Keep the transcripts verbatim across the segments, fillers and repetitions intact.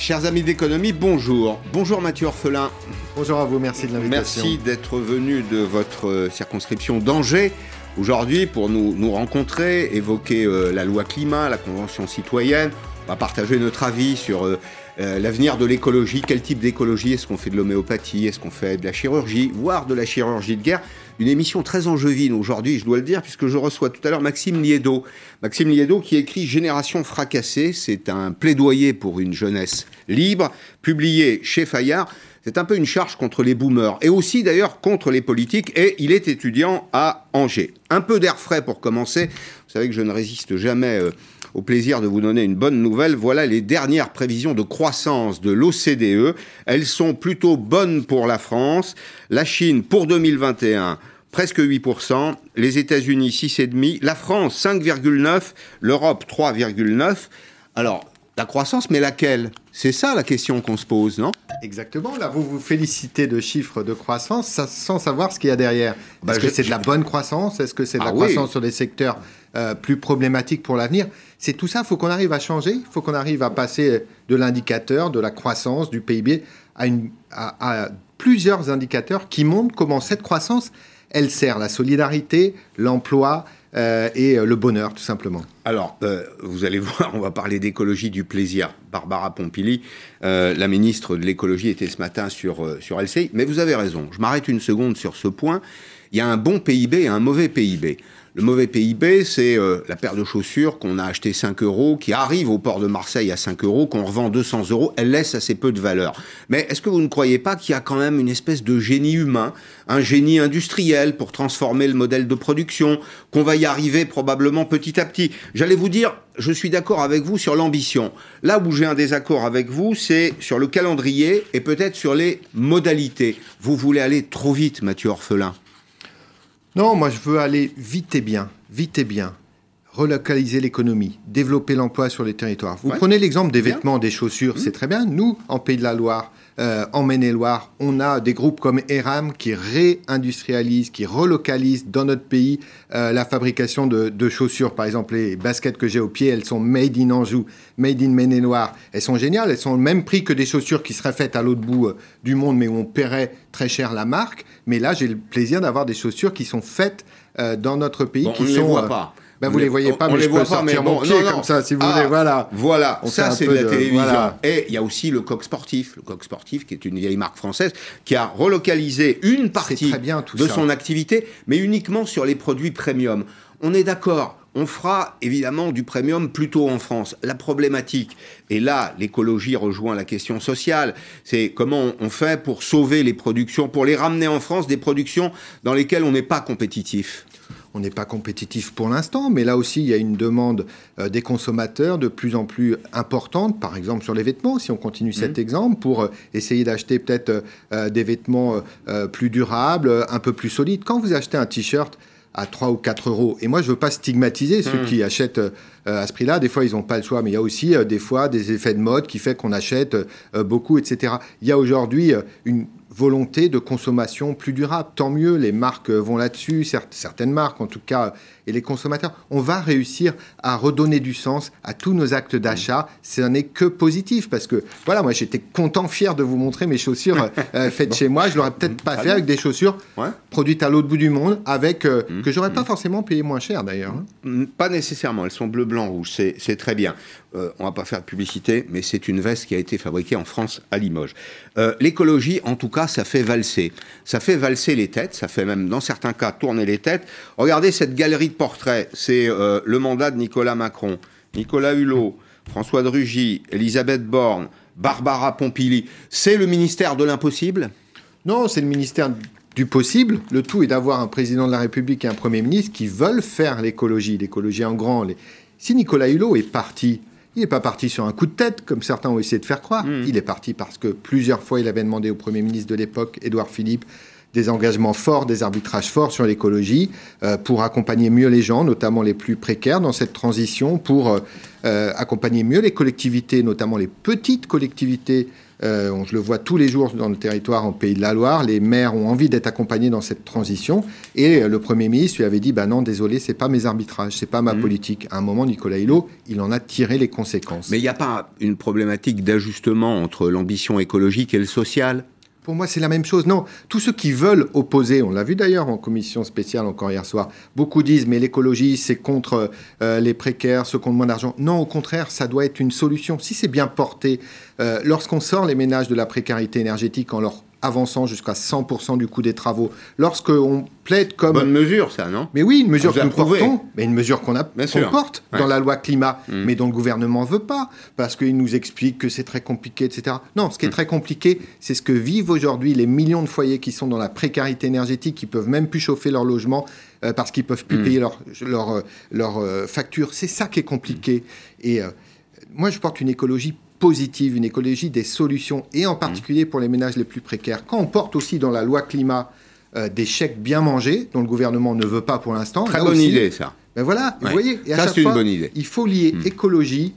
Chers amis d'économie, bonjour. Bonjour Mathieu Orphelin. Bonjour à vous, merci de l'invitation. Merci d'être venu de votre circonscription d'Angers aujourd'hui pour nous, nous rencontrer, évoquer euh, la loi climat, la convention citoyenne. On va partager notre avis sur euh, euh, l'avenir de l'écologie. Quel type d'écologie? Est-ce qu'on fait de l'homéopathie? Est-ce qu'on fait de la chirurgie? Voire de la chirurgie de guerre? Une émission très angevine aujourd'hui, je dois le dire, puisque je reçois tout à l'heure Maxime Liédot. Maxime Liédot qui écrit « Génération fracassée ». C'est un plaidoyer pour une jeunesse libre, publié chez Fayard. C'est un peu une charge contre les boomers et aussi d'ailleurs contre les politiques. Et il est étudiant à Angers. Un peu d'air frais pour commencer. Vous savez que je ne résiste jamais euh, au plaisir de vous donner une bonne nouvelle. Voilà les dernières prévisions de croissance de l'O C D E. Elles sont plutôt bonnes pour la France. La Chine, pour deux mille vingt et un, presque huit pour cent. Les États-Unis, six virgule cinq pour cent. La France, cinq virgule neuf pour cent. L'Europe, trois virgule neuf pour cent. Alors, la croissance, mais laquelle? C'est ça la question qu'on se pose, non? Exactement. Là, vous vous félicitez de chiffres de croissance ça, sans savoir ce qu'il y a derrière. Est-ce bah, que je, c'est de la bonne croissance? Est-ce que c'est de ah la oui. croissance sur des secteurs euh, plus problématiques pour l'avenir? C'est tout ça. Il faut qu'on arrive à changer. Il faut qu'on arrive à passer de l'indicateur, de la croissance, du P I B, à, une, à, à plusieurs indicateurs qui montrent comment cette croissance, elle sert la solidarité, l'emploi, Euh, et euh, le bonheur, tout simplement. Alors, euh, vous allez voir, on va parler d'écologie du plaisir. Barbara Pompili, euh, la ministre de l'écologie, était ce matin sur, euh, sur L C I. Mais vous avez raison, je m'arrête une seconde sur ce point. Il y a un bon P I B et un mauvais P I B. Le mauvais P I B, c'est euh, la paire de chaussures qu'on a acheté cinq euros, qui arrive au port de Marseille à cinq euros, qu'on revend deux cents euros. Elle laisse assez peu de valeur. Mais est-ce que vous ne croyez pas qu'il y a quand même une espèce de génie humain, un génie industriel pour transformer le modèle de production, qu'on va y arriver probablement petit à petit? J'allais vous dire, je suis d'accord avec vous sur l'ambition. Là où j'ai un désaccord avec vous, c'est sur le calendrier et peut-être sur les modalités. Vous voulez aller trop vite, Mathieu Orphelin. Non, moi je veux aller vite et bien, vite et bien, relocaliser l'économie, développer l'emploi sur les territoires. Vous ouais. prenez l'exemple des vêtements, bien. des chaussures, mmh. c'est très bien. Nous, en Pays de la Loire, euh, en Maine-et-Loire, on a des groupes comme Eram qui réindustrialisent, qui relocalisent dans notre pays euh, la fabrication de, de chaussures. Par exemple, les baskets que j'ai au pied, elles sont made in Anjou, made in Maine-et-Loire. Elles sont géniales, elles sont au même prix que des chaussures qui seraient faites à l'autre bout euh, du monde, mais où on paierait très cher la marque. Mais là, j'ai le plaisir d'avoir des chaussures qui sont faites euh, dans notre pays. Bon, qui on ne sont, les voit euh, pas. Ben vous ne les voyez pas, on, mais on je peux sortir mon pied non, non. comme ça, si vous ah, voulez. Voilà, voilà. ça c'est de la de, télévision. Voilà. Et il y a aussi le Coq Sportif. Le Coq Sportif, qui est une vieille marque française, qui a relocalisé une partie bien, de ça. son activité, mais uniquement sur les produits premium. On est d'accord, on fera évidemment du premium plutôt en France. La problématique, et là l'écologie rejoint la question sociale, c'est comment on fait pour sauver les productions, pour les ramener en France, des productions dans lesquelles on n'est pas compétitif. On n'est pas compétitif pour l'instant, mais là aussi, il y a une demande euh, des consommateurs de plus en plus importante, par exemple sur les vêtements, si on continue mmh. cet exemple, pour euh, essayer d'acheter peut-être euh, des vêtements euh, plus durables, un peu plus solides. Quand vous achetez un t-shirt à trois ou quatre euros, et moi, je ne veux pas stigmatiser ceux mmh. qui achètent euh, à ce prix-là, des fois, ils n'ont pas le choix, mais il y a aussi euh, des fois des effets de mode qui fait qu'on achète euh, beaucoup, et cetera. Il y a aujourd'hui euh, une volonté de consommation plus durable. Tant mieux, les marques vont là-dessus, certaines marques en tout cas, et les consommateurs. On va réussir à redonner du sens à tous nos actes d'achat. Ce n'est que positif parce que, voilà, moi j'étais content, fier de vous montrer mes chaussures euh, faites bon. chez moi. Je ne l'aurais peut-être pas fait avec des chaussures ouais. produites à l'autre bout du monde, avec euh, mmh. que je n'aurais mmh. pas forcément payé moins cher d'ailleurs. Mmh. Pas nécessairement, elles sont bleu, blanc, rouge, c'est, c'est très bien. Euh, on ne va pas faire de publicité, mais c'est une veste qui a été fabriquée en France, à Limoges. Euh, l'écologie, en tout cas, ça fait valser. Ça fait valser les têtes, ça fait même, dans certains cas, tourner les têtes. Regardez cette galerie de portraits, c'est euh, le mandat de Nicolas Macron, Nicolas Hulot, François de Rugy, Elisabeth Borne, Barbara Pompili. C'est le ministère de l'impossible ? Non, c'est le ministère du possible. Le tout est d'avoir un président de la République et un Premier ministre qui veulent faire l'écologie, l'écologie en grand. Les... Si Nicolas Hulot est parti, il n'est pas parti sur un coup de tête, comme certains ont essayé de faire croire. Mmh. Il est parti parce que plusieurs fois, il avait demandé au Premier ministre de l'époque, Édouard Philippe, des engagements forts, des arbitrages forts sur l'écologie, euh, pour accompagner mieux les gens, notamment les plus précaires, dans cette transition, pour euh, accompagner mieux les collectivités, notamment les petites collectivités Euh, on, je le vois tous les jours dans le territoire en Pays de la Loire. Les maires ont envie d'être accompagnés dans cette transition. Et euh, le Premier ministre lui avait dit bah « Non, désolé, ce n'est pas mes arbitrages, ce n'est pas ma mmh. politique ». À un moment, Nicolas Hulot, il en a tiré les conséquences. Mais il n'y a pas une problématique d'ajustement entre l'ambition écologique et le social ? Pour moi, c'est la même chose. Non, tous ceux qui veulent opposer, on l'a vu d'ailleurs en commission spéciale encore hier soir, beaucoup disent mais l'écologie, c'est contre euh, les précaires, ceux qui ont moins d'argent. Non, au contraire, ça doit être une solution. Si c'est bien porté, euh, lorsqu'on sort les ménages de la précarité énergétique en leur avançant jusqu'à cent pour cent du coût des travaux, lorsqu'on plaide comme... Bonne mesure, ça, non ? Mais oui, une mesure que nous portons, mais une mesure qu'on, a, qu'on porte ouais. dans la loi climat, mmh. mais dont le gouvernement ne veut pas, parce qu'il nous explique que c'est très compliqué, et cetera. Non, ce qui est mmh. très compliqué, c'est ce que vivent aujourd'hui les millions de foyers qui sont dans la précarité énergétique, qui ne peuvent même plus chauffer leur logement, euh, parce qu'ils ne peuvent plus mmh. payer leurs leur, leur, leur, euh, factures. C'est ça qui est compliqué. Mmh. Et euh, moi, je porte une écologie positive, une écologie des solutions, et en particulier pour les ménages les plus précaires. Quand on porte aussi dans la loi climat euh, des chèques bien mangés, dont le gouvernement ne veut pas pour l'instant... Très bonne aussi, idée, ça. Ben voilà, ouais. vous voyez, et à ça, chaque c'est fois, une bonne idée. Il faut lier mmh. écologie,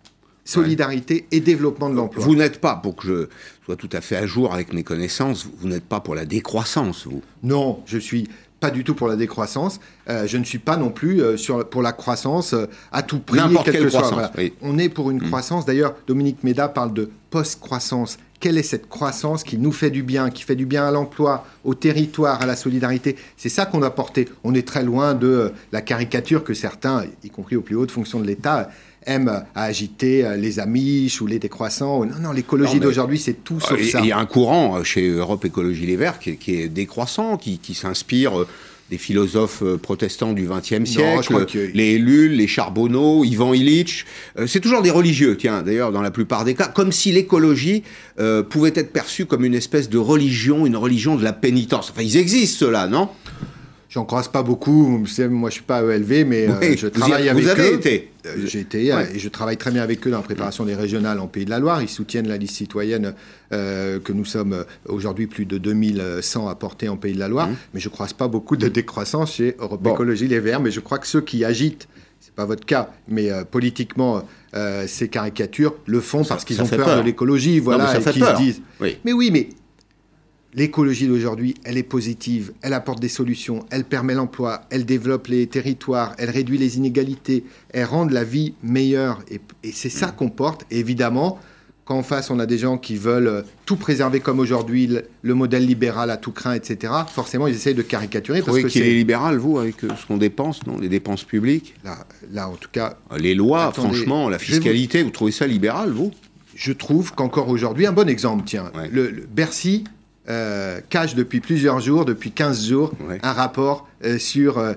solidarité ouais. et développement de l'emploi. Vous n'êtes pas, pour que je sois tout à fait à jour avec mes connaissances, vous n'êtes pas pour la décroissance, vous ? Non, je suis... pas du tout pour la décroissance. Euh, je ne suis pas non plus euh, sur, pour la croissance euh, à tout prix. N'importe quelle quelle que soit. croissance. Voilà. Oui. On est pour une mmh. croissance. D'ailleurs, Dominique Méda parle de post-croissance. Quelle est cette croissance qui nous fait du bien, qui fait du bien à l'emploi, au territoire, à la solidarité ? C'est ça qu'on doit porter. On est très loin de euh, la caricature que certains, y compris aux plus hautes fonctions de l'État, aiment à agiter euh, les Amish ou les décroissants. Non, non, l'écologie non, mais... d'aujourd'hui, c'est tout sauf et, ça. Il y a un courant chez Europe Écologie Les Verts qui est, qui est décroissant, qui, qui s'inspire... Euh, des philosophes protestants du vingtième siècle, non, que... les Ellul, les Charbonneau, Ivan Illich. Euh, c'est toujours des religieux, tiens, d'ailleurs, dans la plupart des cas, comme si l'écologie euh, pouvait être perçue comme une espèce de religion, une religion de la pénitence. Enfin, ils existent, ceux-là, non ? J'en croise pas beaucoup. Moi, je ne suis pas E L V, mais oui, euh, je travaille vous avec vous avez eux. Été. Euh, j'ai été. Ouais. Et je travaille très bien avec eux dans la préparation des régionales en Pays de la Loire. Ils soutiennent la liste citoyenne euh, que nous sommes aujourd'hui plus de deux mille cent à porter en Pays de la Loire. Mmh. Mais je ne croise pas beaucoup de décroissance chez Europe bon. Écologie Les Verts. Mais je crois que ceux qui agitent, ce n'est pas votre cas, mais euh, politiquement, euh, ces caricatures le font ça, parce qu'ils ont peur, peur de l'écologie. Voilà, non, et qu'ils se disent... Oui. Mais oui, mais... L'écologie d'aujourd'hui, elle est positive, elle apporte des solutions, elle permet l'emploi, elle développe les territoires, elle réduit les inégalités, elle rend la vie meilleure. Et, et c'est ça qu'on porte. Et évidemment, quand en face, on a des gens qui veulent tout préserver comme aujourd'hui, le, le modèle libéral à tout craint, et cetera, forcément, ils essayent de caricaturer. Vous trouvez qu'il est libéral, vous, avec ce qu'on dépense, non ? Les dépenses publiques ? là, là, en tout cas... Les lois, attendez, franchement, la fiscalité, vous... vous trouvez ça libéral, vous ? Je trouve qu'encore aujourd'hui, un bon exemple, tiens, ouais. le, le Bercy... Euh, cache depuis plusieurs jours, depuis quinze jours, ouais. un rapport euh, sur euh,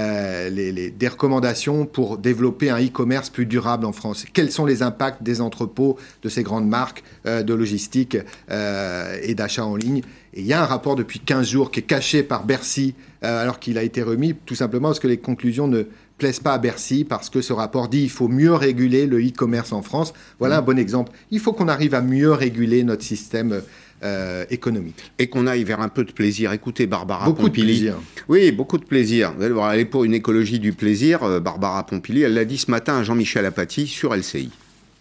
les, les, des recommandations pour développer un e-commerce plus durable en France. Quels sont les impacts des entrepôts, de ces grandes marques euh, de logistique euh, et d'achat en ligne ? Et il y a un rapport depuis quinze jours qui est caché par Bercy, euh, alors qu'il a été remis tout simplement parce que les conclusions ne plaisent pas à Bercy, parce que ce rapport dit qu'il faut mieux réguler le e-commerce en France. Voilà mmh. un bon exemple. Il faut qu'on arrive à mieux réguler notre système Euh, économique. Et qu'on aille vers un peu de plaisir. Écoutez, Barbara beaucoup Pompili. De plaisir. Oui, beaucoup de plaisir. Vous allez voir, elle est pour une écologie du plaisir. Euh, Barbara Pompili, elle l'a dit ce matin à Jean-Michel Apathy sur L C I.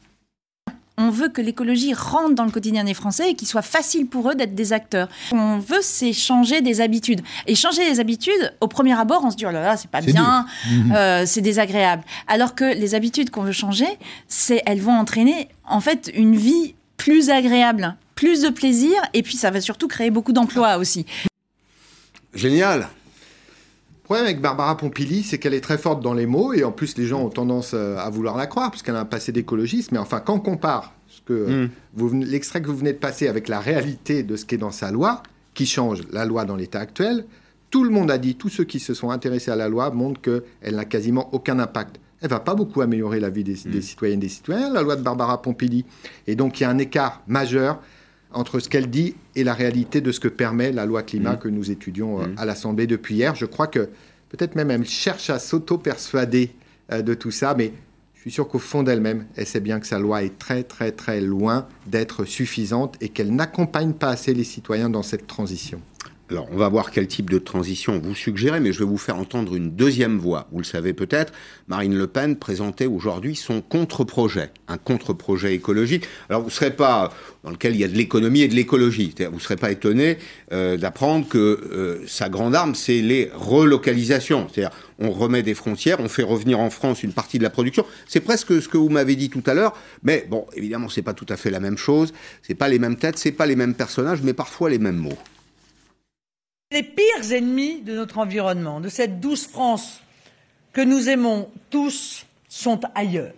On veut que l'écologie rentre dans le quotidien des Français et qu'il soit facile pour eux d'être des acteurs. On veut, c'est changer des habitudes. Et changer des habitudes, au premier abord, on se dit « oh là là, c'est pas c'est bien, euh, c'est désagréable ». Alors que les habitudes qu'on veut changer, c'est, elles vont entraîner en fait une vie plus agréable, plus de plaisir, et puis ça va surtout créer beaucoup d'emplois aussi. Génial. Le problème avec Barbara Pompili, c'est qu'elle est très forte dans les mots, et en plus les gens ont tendance à vouloir la croire, parce qu'elle a un passé d'écologiste, mais enfin, quand on compare ce que, mm. vous, l'extrait que vous venez de passer avec la réalité de ce qui est dans sa loi, qui change la loi dans l'état actuel, tout le monde a dit, tous ceux qui se sont intéressés à la loi montrent qu'elle n'a quasiment aucun impact. Elle ne va pas beaucoup améliorer la vie des, mmh. des citoyennes et des citoyens, la loi de Barbara Pompili. Et donc, il y a un écart majeur entre ce qu'elle dit et la réalité de ce que permet la loi climat mmh. que nous étudions mmh. à l'Assemblée depuis hier. Je crois que peut-être même elle cherche à s'auto-persuader euh, de tout ça, mais je suis sûr qu'au fond d'elle-même, elle sait bien que sa loi est très, très, très loin d'être suffisante et qu'elle n'accompagne pas assez les citoyens dans cette transition. Alors, on va voir quel type de transition vous suggérez, mais je vais vous faire entendre une deuxième voix. Vous le savez peut-être, Marine Le Pen présentait aujourd'hui son contre-projet, un contre-projet écologique. Alors, vous ne serez pas dans lequel il y a de l'économie et de l'écologie. C'est-à-dire, vous ne serez pas étonné euh, d'apprendre que euh, sa grande arme, c'est les relocalisations. C'est-à-dire, on remet des frontières, on fait revenir en France une partie de la production. C'est presque ce que vous m'avez dit tout à l'heure, mais bon, évidemment, c'est pas tout à fait la même chose. C'est pas les mêmes têtes, c'est pas les mêmes personnages, mais parfois les mêmes mots. Les pires ennemis de notre environnement, de cette douce France que nous aimons tous, sont ailleurs.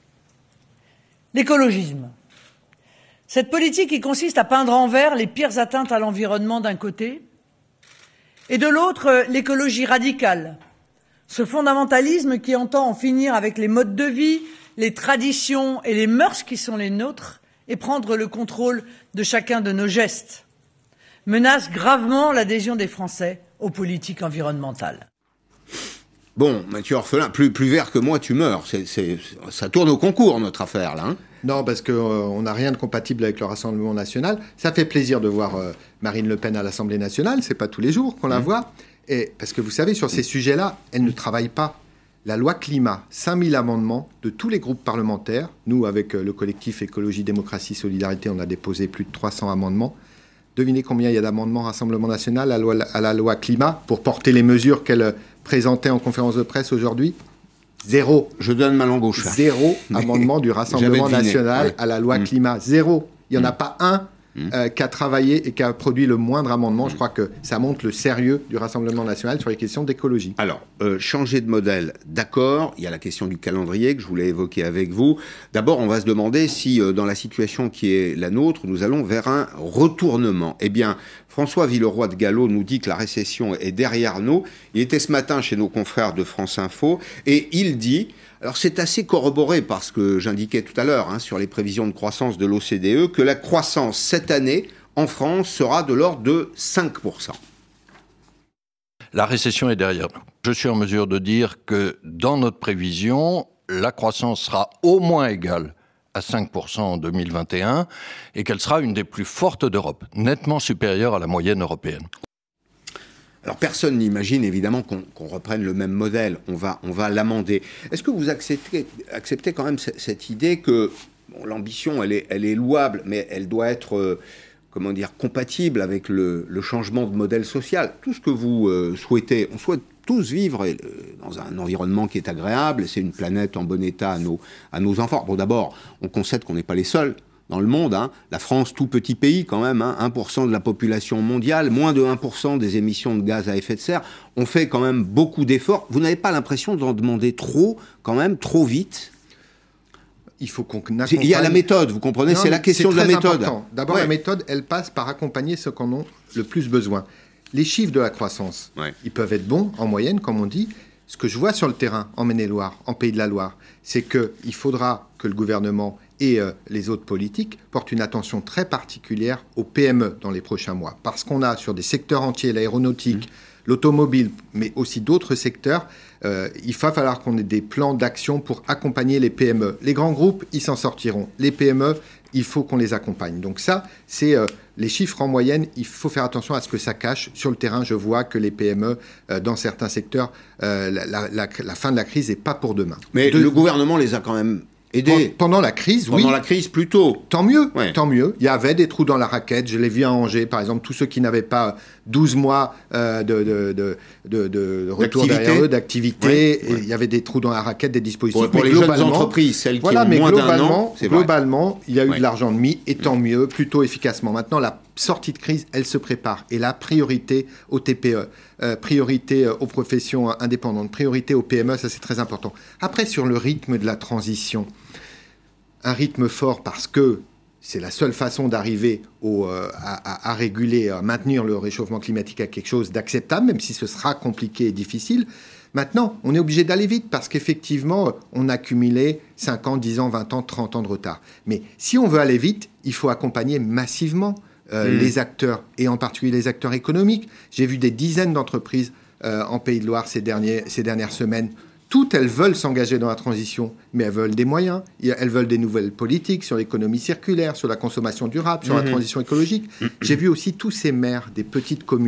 L'écologisme. Cette politique qui consiste à peindre en vert les pires atteintes à l'environnement d'un côté, et de l'autre, l'écologie radicale. Ce fondamentalisme qui entend en finir avec les modes de vie, les traditions et les mœurs qui sont les nôtres, et prendre le contrôle de chacun de nos gestes, menace gravement l'adhésion des Français aux politiques environnementales. Bon, Mathieu Orphelin, plus, plus vert que moi, tu meurs. C'est, c'est, ça tourne au concours, notre affaire, là. Hein non, parce qu'on euh, n'a rien de compatible avec le Rassemblement national. Ça fait plaisir de voir euh, Marine Le Pen à l'Assemblée nationale. C'est pas tous les jours qu'on la mmh. voit. Et, parce que vous savez, sur ces sujets-là, elle ne travaille pas. La loi climat, cinq mille amendements de tous les groupes parlementaires. Nous, avec euh, le collectif Écologie, Démocratie, Solidarité, on a déposé plus de trois cents amendements. Devinez combien il y a d'amendements Rassemblement national à la, loi, à la loi climat pour porter les mesures qu'elle présentait en conférence de presse aujourd'hui? Zéro. Je donne ma langue au chat. Zéro amendement du Rassemblement national ouais. à la loi mmh. climat. Zéro. Il n'y en a mmh. pas un mmh. euh, qui a travaillé et qui a produit le moindre amendement. Mmh. Je crois que ça montre le sérieux du Rassemblement national sur les questions d'écologie. Alors, euh, changer de modèle, d'accord. Il y a la question du calendrier que je voulais évoquer avec vous. D'abord, on va se demander si, euh, dans la situation qui est la nôtre, nous allons vers un retournement. Eh bien, François Villeroy de Galhau nous dit que la récession est derrière nous. Il était ce matin chez nos confrères de France Info et il dit, alors c'est assez corroboré par ce que j'indiquais tout à l'heure hein, sur les prévisions de croissance de l'O C D E, que la croissance cette année en France sera de l'ordre de cinq pour cent. La récession est derrière nous. Je suis en mesure de dire que dans notre prévision, la croissance sera au moins égale à cinq pour cent en deux mille vingt et un et qu'elle sera une des plus fortes d'Europe, nettement supérieure à la moyenne européenne. Alors personne n'imagine évidemment qu'on, qu'on reprenne le même modèle, on va, on va l'amender. Est-ce que vous acceptez, acceptez quand même c- cette idée que bon, l'ambition elle est, elle est louable, mais elle doit être euh, comment dire, compatible avec le, le changement de modèle social? Tout ce que vous euh, souhaitez, on souhaite tous vivre dans un environnement qui est agréable, c'est une planète en bon état à nos, à nos enfants. Bon, d'abord, on concède qu'on n'est pas les seuls dans le monde. Hein. La France, tout petit pays quand même, hein, un pour cent de la population mondiale, moins de un pour cent des émissions de gaz à effet de serre. On fait quand même beaucoup d'efforts. Vous n'avez pas l'impression d'en demander trop, quand même, trop vite? Il faut qu'on accompagne... Il y a la méthode, vous comprenez, non, c'est la question de la méthode. Important. D'abord, ouais. la méthode, elle passe par accompagner ceux qui en ont le plus besoin. Les chiffres de la croissance, ouais. ils peuvent être bons en moyenne, comme on dit. Ce que je vois sur le terrain, en Maine-et-Loire, en Pays de la Loire, c'est qu'il faudra que le gouvernement et euh, les autres politiques portent une attention très particulière aux P M E dans les prochains mois. Parce qu'on a sur des secteurs entiers, l'aéronautique, mmh. l'automobile, mais aussi d'autres secteurs, euh, il va falloir qu'on ait des plans d'action pour accompagner les P M E. Les grands groupes, ils s'en sortiront. Les P M E, il faut qu'on les accompagne. Donc ça, c'est euh, les chiffres en moyenne. Il faut faire attention à ce que ça cache. Sur le terrain, je vois que les P M E, euh, dans certains secteurs, euh, la, la, la, la fin de la crise n'est pas pour demain. Mais de... le gouvernement les a quand même aidés. Pendant la crise, Pendant oui. Pendant la crise, plutôt. Tant mieux, ouais. tant mieux. Il y avait des trous dans la raquette. Je l'ai vu à Angers, par exemple. Tous ceux qui n'avaient pas douze mois euh, de, de, de, de, de retour d'activité. derrière eux, d'activité. Ouais, ouais. Et il y avait des trous dans la raquette, des dispositifs. Pour, pour mais les jeunes entreprises, celles voilà, qui ont mais moins globalement, d'un an, c'est globalement, vrai. il y a eu ouais. de l'argent de mis, et tant mieux, plutôt efficacement. Maintenant, la sortie de crise, elle se prépare. Et la priorité aux T P E, euh, priorité aux professions indépendantes, priorité aux P M E, ça c'est très important. Après, sur le rythme de la transition, un rythme fort parce que c'est la seule façon d'arriver au, euh, à, à, à réguler, à maintenir le réchauffement climatique à quelque chose d'acceptable, même si ce sera compliqué et difficile. Maintenant, on est obligé d'aller vite parce qu'effectivement, on a cumulé cinq ans, dix ans, vingt ans, trente ans de retard. Mais si on veut aller vite, il faut accompagner massivement euh, mmh. les acteurs, et en particulier les acteurs économiques. J'ai vu des dizaines d'entreprises euh, en Pays de Loire ces, derniers, ces dernières semaines. Toutes, elles veulent s'engager dans la transition, mais elles veulent des moyens. Elles veulent des nouvelles politiques sur l'économie circulaire, sur la consommation durable, sur mmh. la transition écologique. Mmh. J'ai vu aussi tous ces maires des petites communes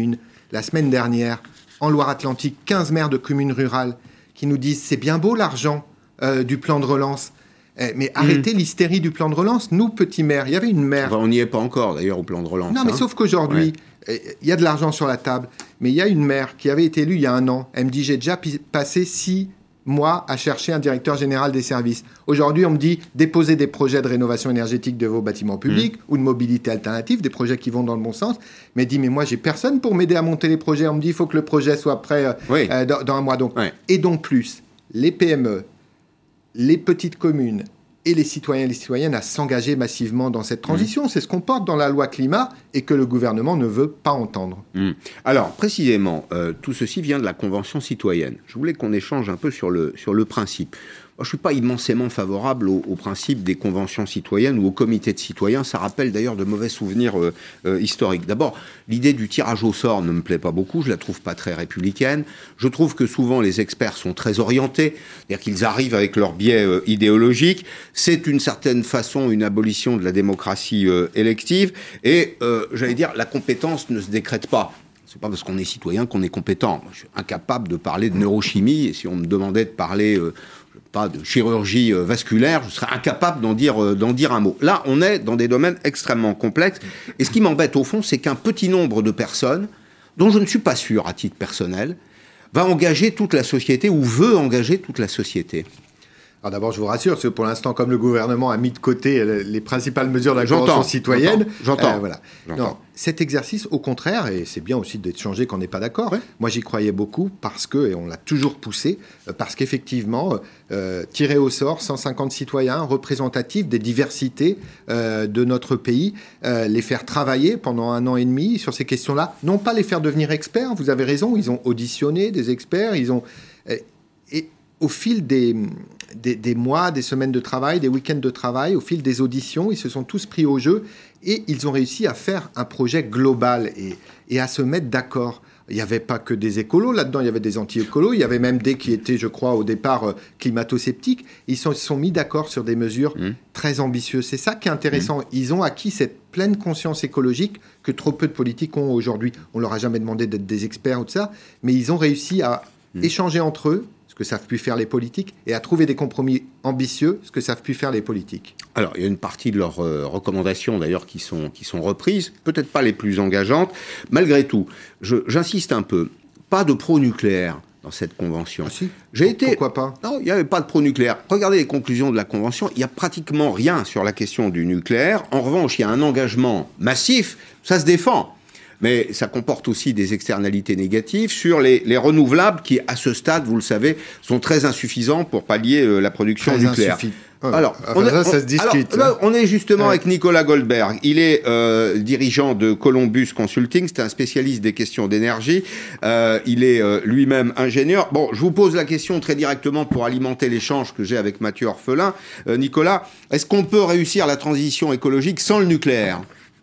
la semaine dernière, en Loire-Atlantique, quinze maires de communes rurales qui nous disent « c'est bien beau l'argent euh, du plan de relance ». Mais arrêtez mmh. l'hystérie du plan de relance. Nous, petits maires, il y avait une maire... Enfin, on n'y est pas encore, d'ailleurs, au plan de relance. Non, mais hein. sauf qu'aujourd'hui, il ouais. y a de l'argent sur la table. Mais il y a une maire qui avait été élue il y a un an. Elle me dit, j'ai déjà pi- passé six mois à chercher un directeur général des services. Aujourd'hui, on me dit, déposez des projets de rénovation énergétique de vos bâtiments publics mmh. ou de mobilité alternative, des projets qui vont dans le bon sens. Mais elle dit, mais moi, j'ai personne pour m'aider à monter les projets. On me dit, il faut que le projet soit prêt euh, oui. euh, dans, dans un mois. Donc, ouais. Et donc plus, les P M E, les petites communes et les citoyens et les citoyennes à s'engager massivement dans cette transition. Mmh. C'est ce qu'on porte dans la loi climat et que le gouvernement ne veut pas entendre. Mmh. Alors, précisément, euh, tout ceci vient de la Convention citoyenne. Je voulais qu'on échange un peu sur le, sur le principe. Moi, je ne suis pas immensément favorable au, au principe des conventions citoyennes ou au comité de citoyens. Ça rappelle d'ailleurs de mauvais souvenirs euh, euh, historiques. D'abord, l'idée du tirage au sort ne me plaît pas beaucoup. Je la trouve pas très républicaine. Je trouve que souvent les experts sont très orientés, c'est-à-dire qu'ils arrivent avec leur biais euh, idéologique. C'est d'une certaine façon une abolition de la démocratie euh, élective. Et euh, j'allais dire, la compétence ne se décrète pas. C'est pas parce qu'on est citoyen qu'on est compétent. Moi, je suis incapable de parler de neurochimie. Et si on me demandait de parler euh, pas de chirurgie vasculaire, je serais incapable d'en dire, d'en dire un mot. Là, on est dans des domaines extrêmement complexes. Et ce qui m'embête, au fond, c'est qu'un petit nombre de personnes, dont je ne suis pas sûr à titre personnel, va engager toute la société ou veut engager toute la société. Alors d'abord, je vous rassure, parce que pour l'instant, comme le gouvernement a mis de côté les principales mesures de la Convention citoyenne... J'entends, j'entends. Euh, voilà. j'entends. Non, cet exercice, au contraire, et c'est bien aussi d'être changé quand on n'est pas d'accord, ouais. moi j'y croyais beaucoup parce que, et on l'a toujours poussé, parce qu'effectivement, euh, tirer au sort cent cinquante citoyens représentatifs des diversités euh, de notre pays, euh, les faire travailler pendant un an et demi sur ces questions-là, non pas les faire devenir experts, vous avez raison, ils ont auditionné des experts, ils ont... Euh, et au fil des... Des, des mois, des semaines de travail, des week-ends de travail, au fil des auditions, ils se sont tous pris au jeu et ils ont réussi à faire un projet global et, et à se mettre d'accord. Il n'y avait pas que des écolos là-dedans, il y avait des anti-écolos, il y avait même des qui étaient, je crois, au départ euh, climato-sceptiques. Ils se sont, sont mis d'accord sur des mesures mmh. très ambitieuses. C'est ça qui est intéressant. Mmh. Ils ont acquis cette pleine conscience écologique que trop peu de politiques ont aujourd'hui. On ne leur a jamais demandé d'être des experts ou de ça, mais ils ont réussi à mmh. échanger entre eux, que savent plus faire les politiques, et à trouver des compromis ambitieux, ce que savent plus faire les politiques. Alors, il y a une partie de leurs euh, recommandations, d'ailleurs, qui sont, qui sont reprises, peut-être pas les plus engageantes. Malgré tout, je, j'insiste un peu, pas de pro-nucléaire dans cette convention. Ah si. J'ai été... Pourquoi pas ? Non, il n'y avait pas de pro-nucléaire. Regardez les conclusions de la convention, il n'y a pratiquement rien sur la question du nucléaire. En revanche, il y a un engagement massif, ça se défend. Mais ça comporte aussi des externalités négatives sur les, les renouvelables qui, à ce stade, vous le savez, sont très insuffisants pour pallier euh, la production très nucléaire. Insuffi- oh, alors, enfin, on ça, est, ça se discute. Alors, hein. on est justement ouais. avec Nicolas Goldberg. Il est euh, dirigeant de Columbus Consulting. C'est un spécialiste des questions d'énergie. Euh, il est euh, lui-même ingénieur. Bon, je vous pose la question très directement pour alimenter l'échange que j'ai avec Mathieu Orphelin. Euh, Nicolas, est-ce qu'on peut réussir la transition écologique sans le nucléaire ?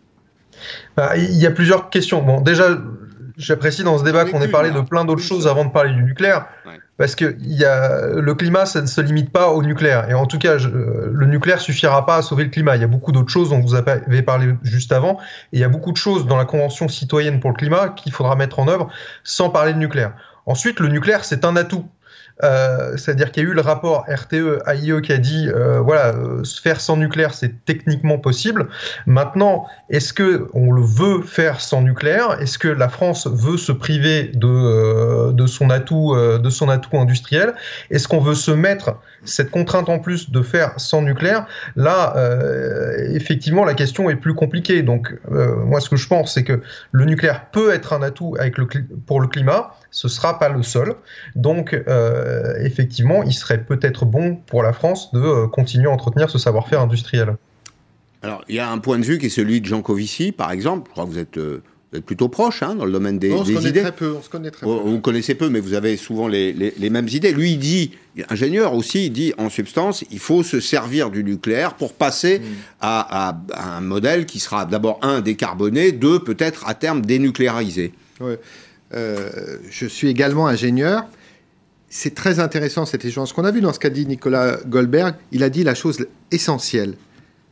Il y a plusieurs questions. Bon, déjà, j'apprécie dans ce débat qu'on ait parlé de plein d'autres choses avant de parler du nucléaire, ouais. parce que il y a, le climat, ça ne se limite pas au nucléaire. Et en tout cas, je, le nucléaire suffira pas à sauver le climat. Il y a beaucoup d'autres choses dont vous avez parlé juste avant. Et il y a beaucoup de choses dans la Convention citoyenne pour le climat qu'il faudra mettre en œuvre sans parler de nucléaire. Ensuite, le nucléaire, c'est un atout. Euh, c'est-à-dire qu'il y a eu le rapport R T E A I E qui a dit euh, voilà, euh, faire sans nucléaire c'est techniquement possible. Maintenant, est-ce que on le veut faire sans nucléaire ? Est-ce que la France veut se priver de euh, de son atout euh, de son atout industriel ? Est-ce qu'on veut se mettre cette contrainte en plus de faire sans nucléaire ? Là, euh, effectivement, la question est plus compliquée. Donc, euh, moi, ce que je pense, c'est que le nucléaire peut être un atout avec le cli- pour le climat. Ce ne sera pas le seul. Donc, euh, effectivement, il serait peut-être bon pour la France de euh, continuer à entretenir ce savoir-faire industriel. Alors, il y a un point de vue qui est celui de Jean Covici, par exemple. Je crois que vous êtes, euh, vous êtes plutôt proche hein, dans le domaine des, on des se connaît idées. Très peu, on se connaît très peu. Vous, vous connaissez peu, mais vous avez souvent les, les, les mêmes idées. Lui, il dit, ingénieur aussi, il dit en substance, il faut se servir du nucléaire pour passer mmh. à, à, à un modèle qui sera d'abord, un, décarboné, deux, peut-être à terme dénucléarisé. Oui. Euh, je suis également ingénieur. C'est très intéressant cet échange. Ce qu'on a vu dans ce qu'a dit Nicolas Goldberg, il a dit la chose essentielle.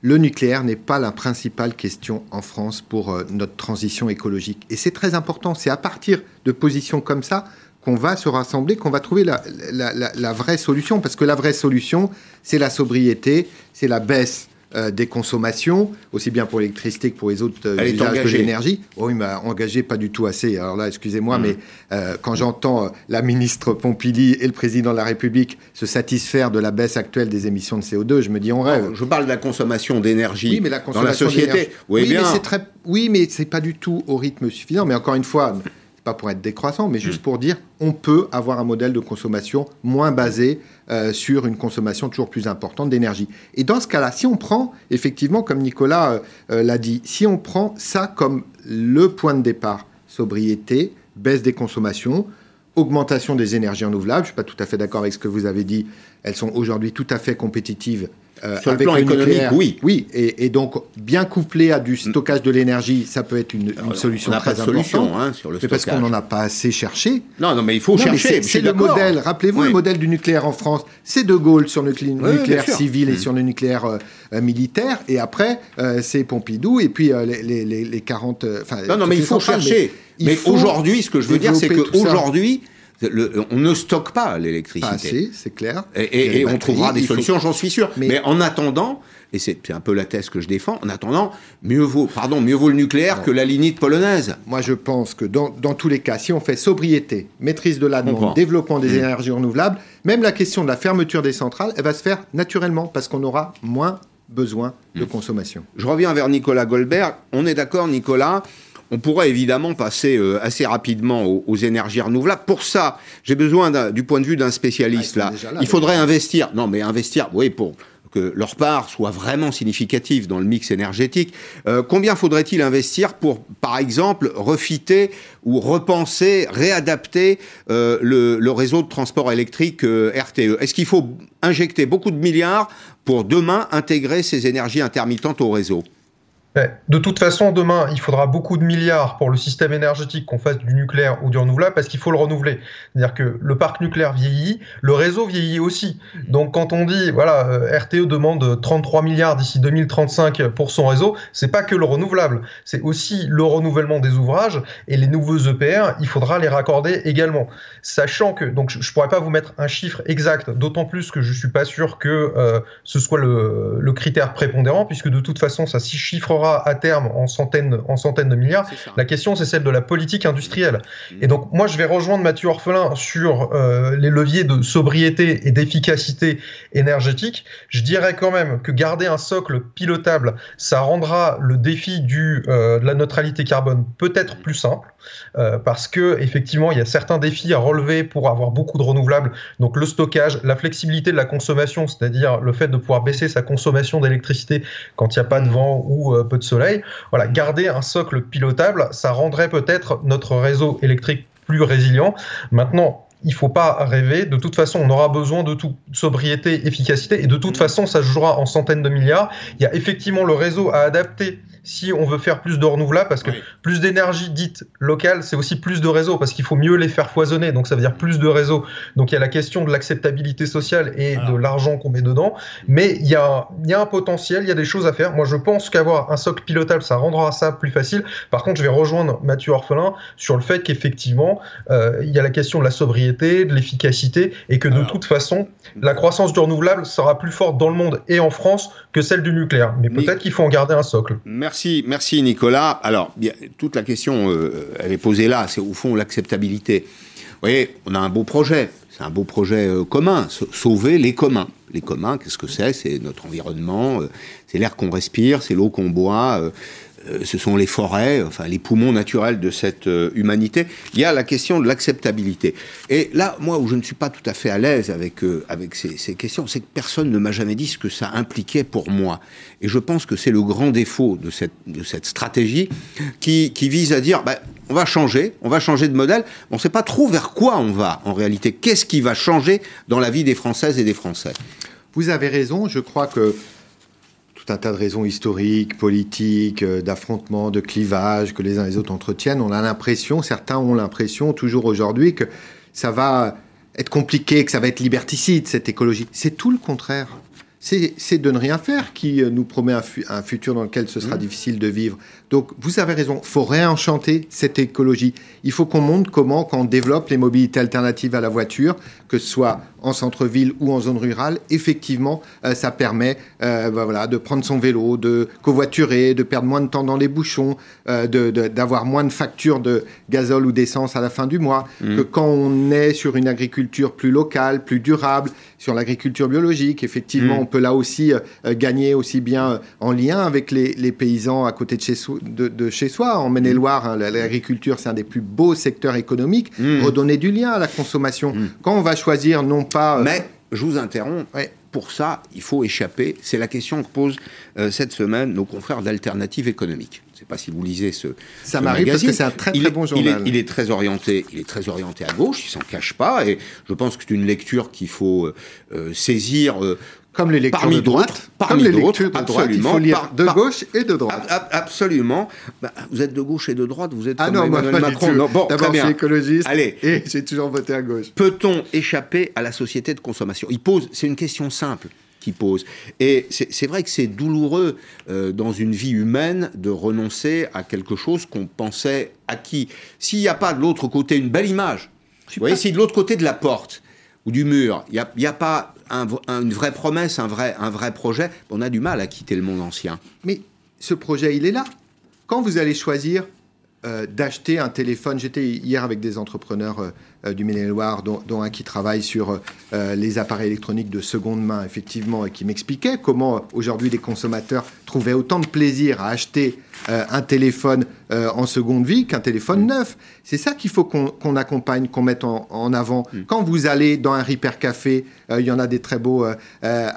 le nucléaire n'est pas la principale question en France pour euh, notre transition écologique. Et c'est très important. C'est à partir de positions comme ça qu'on va se rassembler, qu'on va trouver la, la, la, la vraie solution. Parce que la vraie solution, c'est la sobriété, c'est la baisse euh, des consommations, aussi bien pour l'électricité que pour les autres euh, usages de l'énergie. Oh, il m'a engagé pas du tout assez. Alors là, excusez-moi, mmh. mais euh, quand j'entends euh, la ministre Pompili et le président de la République se satisfaire de la baisse actuelle des émissions de C O deux, je me dis on rêve. Non, je parle de la consommation d'énergie oui, mais la consommation dans la société. Oui, oui, bien. mais c'est très... oui, mais c'est pas du tout au rythme suffisant. Mais encore une fois, pas pour être décroissant, mais juste mmh. pour dire on peut avoir un modèle de consommation moins basé euh, sur une consommation toujours plus importante d'énergie. Et dans ce cas-là, si on prend, effectivement, comme Nicolas euh, euh, l'a dit, si on prend ça comme le point de départ, sobriété, baisse des consommations, augmentation des énergies renouvelables, je ne suis pas tout à fait d'accord avec ce que vous avez dit, elles sont aujourd'hui tout à fait compétitives. Euh, Sur le avec plan le économique, nucléaire, oui. Oui, et, et donc bien couplé à du stockage de l'énergie, ça peut être une, une Alors, solution très importante. On n'a pas de solution hein, sur le mais stockage. parce qu'on n'en a pas assez cherché. Non, non, mais il faut non, chercher. C'est, c'est le d'accord. modèle. Rappelez-vous oui. le modèle du nucléaire en France. C'est De Gaulle sur le cli- oui, nucléaire civil mmh. et sur le nucléaire euh, militaire. Et après, euh, c'est Pompidou et puis euh, les, les, les quarante... Euh, non, non, mais il faut centrales, chercher. Mais, mais il faut aujourd'hui, ce que je veux dire, c'est qu'aujourd'hui... Le, on ne stocke pas l'électricité. Pas assez, c'est clair. Et, et, et on trouvera des solutions, faut... j'en suis sûr. Mais, mais en attendant, et c'est, c'est un peu la thèse que je défends, en attendant, mieux vaut, pardon, mieux vaut le nucléaire non. que la lignite polonaise. Moi, je pense que dans, dans tous les cas, si on fait sobriété, maîtrise de la demande, développement des mmh. énergies renouvelables, même la question de la fermeture des centrales, elle va se faire naturellement parce qu'on aura moins besoin mmh. de consommation. Je reviens vers Nicolas Goldberg. On est d'accord, Nicolas ? On pourrait évidemment passer euh, assez rapidement aux, aux énergies renouvelables. Pour ça, j'ai besoin du point de vue d'un spécialiste. Ah, là. là. Il faudrait investir. Non, mais investir, oui, pour que leur part soit vraiment significative dans le mix énergétique. Euh, combien faudrait-il investir pour, par exemple, refiter ou repenser, réadapter euh, le, le réseau de transport électrique euh, R T E ? Est-ce qu'il faut injecter beaucoup de milliards pour demain intégrer ces énergies intermittentes au réseau ? De toute façon, demain, il faudra beaucoup de milliards pour le système énergétique, qu'on fasse du nucléaire ou du renouvelable, parce qu'il faut le renouveler. C'est-à-dire que le parc nucléaire vieillit, le réseau vieillit aussi. Donc quand on dit, voilà, euh, R T E demande trente-trois milliards d'ici deux mille trente-cinq pour son réseau, c'est pas que le renouvelable, c'est aussi le renouvellement des ouvrages, et les nouveaux E P R, il faudra les raccorder également. Sachant que, donc je, je pourrais pas vous mettre un chiffre exact, d'autant plus que je suis pas sûr que euh, ce soit le, le critère prépondérant, puisque de toute façon, ça s'y chiffrera à terme en centaines, en centaines de milliards. La question, c'est celle de la politique industrielle. Mmh. Et donc, moi, je vais rejoindre Mathieu Orphelin sur euh, les leviers de sobriété et d'efficacité énergétique. Je dirais quand même que garder un socle pilotable, ça rendra le défi du, euh, de la neutralité carbone peut-être plus simple, euh, parce que effectivement, il y a certains défis à relever pour avoir beaucoup de renouvelables. Donc, le stockage, la flexibilité de la consommation, c'est-à-dire le fait de pouvoir baisser sa consommation d'électricité quand il n'y a pas de vent ou euh, peu de soleil. Voilà, garder un socle pilotable, ça rendrait peut-être notre réseau électrique plus résilient. Maintenant, il ne faut pas rêver. De toute façon, on aura besoin de tout. Sobriété, efficacité. Et de toute façon, ça se jouera en centaines de milliards. Il y a effectivement le réseau à adapter si on veut faire plus de renouvelables, parce que oui. plus d'énergie dite locale, c'est aussi plus de réseaux, parce qu'il faut mieux les faire foisonner, donc ça veut dire plus de réseaux. Donc il y a la question de l'acceptabilité sociale et Alors. de l'argent qu'on met dedans, mais il y a, il y a un potentiel, il y a des choses à faire. Moi je pense qu'avoir un socle pilotable, ça rendra ça plus facile. Par contre, je vais rejoindre Mathieu Orphelin sur le fait qu'effectivement, euh, il y a la question de la sobriété, de l'efficacité, et que de Alors. toute façon, la croissance du renouvelable sera plus forte dans le monde et en France que celle du nucléaire. Mais peut-être qu'il faut en garder un socle. Merci. Merci, merci Nicolas. Alors, bien, toute la question, euh, elle est posée là, c'est au fond l'acceptabilité. Vous voyez, on a un beau projet, c'est un beau projet euh, commun, sauver les communs. Les communs, qu'est-ce que c'est ? C'est notre environnement, euh, c'est l'air qu'on respire, c'est l'eau qu'on boit, euh, euh, ce sont les forêts, enfin les poumons naturels de cette euh, humanité. Il y a la question de l'acceptabilité. Et là, moi, où je ne suis pas tout à fait à l'aise avec, euh, avec ces, ces questions, c'est que personne ne m'a jamais dit ce que ça impliquait pour moi. Et je pense que c'est le grand défaut de cette, de cette stratégie qui, qui vise à dire, bah, on va changer, on va changer de modèle, on ne sait pas trop vers quoi on va en réalité. Qu'est-ce qui va changer dans la vie des Françaises et des Français ? Vous avez raison, je crois que tout un tas de raisons historiques, politiques, d'affrontements, de clivages que les uns et les autres entretiennent, on a l'impression, certains ont l'impression toujours aujourd'hui que ça va être compliqué, que ça va être liberticide cette écologie. C'est tout le contraire. c'est, c'est de ne rien faire qui nous promet un, fu- un futur dans lequel ce sera mmh. difficile de vivre. Donc, vous avez raison, il faut réenchanter cette écologie. Il faut qu'on montre comment, quand on développe les mobilités alternatives à la voiture, que ce soit en centre-ville ou en zone rurale, effectivement, euh, ça permet euh, bah, voilà, de prendre son vélo, de covoiturer, de perdre moins de temps dans les bouchons, euh, de, de, d'avoir moins de factures de gazole ou d'essence à la fin du mois, mmh. que quand on est sur une agriculture plus locale, plus durable, sur l'agriculture biologique, effectivement, mmh. on peut là aussi euh, gagner aussi bien euh, en lien avec les, les paysans à côté de chez, so- de, de chez soi. En Maine-et-Loire, hein, l'agriculture, c'est un des plus beaux secteurs économiques. Mmh. Redonner du lien à la consommation. Mmh. Quand on va choisir non pas... Euh, Mais, je vous interromps, ouais. pour ça, il faut échapper. C'est la question que posent euh, cette semaine nos confrères d'Alternative économique. Je ne sais pas si vous lisez ce Ça ce m'arrive magazine. Parce que c'est un très, très il est, bon journal. Il est, il est très orienté, il est très orienté à gauche, il s'en cache pas, et je pense que c'est une lecture qu'il faut euh, saisir... Euh, Comme les lectures parmi de droite, d'autres, parmi comme les d'autres, lectures de droite, il absolument, faut lire par, de par, gauche et de droite. A, a, absolument. Bah, vous êtes de gauche et de droite, vous êtes ah comme non, Emmanuel moi, pas Macron. Du tout. Non, bon, D'abord, je suis écologiste. Allez. Et j'ai toujours voté à gauche. Peut-on échapper à la société de consommation ? Il pose, c'est une question simple qu'il pose. Et c'est, c'est vrai que c'est douloureux euh, dans une vie humaine de renoncer à quelque chose qu'on pensait acquis. S'il n'y a pas de l'autre côté une belle image, vous voyez, si de l'autre côté de la porte ou du mur, il n'y a, y a pas un, un, une vraie promesse, un vrai, un vrai projet, on a du mal à quitter le monde ancien. Mais ce projet, il est là. Quand vous allez choisir euh, d'acheter un téléphone, j'étais hier avec des entrepreneurs euh, du Maine-et-Loire, dont, dont un qui travaille sur euh, les appareils électroniques de seconde main, effectivement, et qui m'expliquait comment euh, aujourd'hui les consommateurs trouvaient autant de plaisir à acheter euh, un téléphone euh, en seconde vie qu'un téléphone mmh. neuf. C'est ça qu'il faut qu'on, qu'on accompagne, qu'on mette en, en avant. Mmh. Quand vous allez dans un Ripper Café, il euh, y en a des très beaux euh,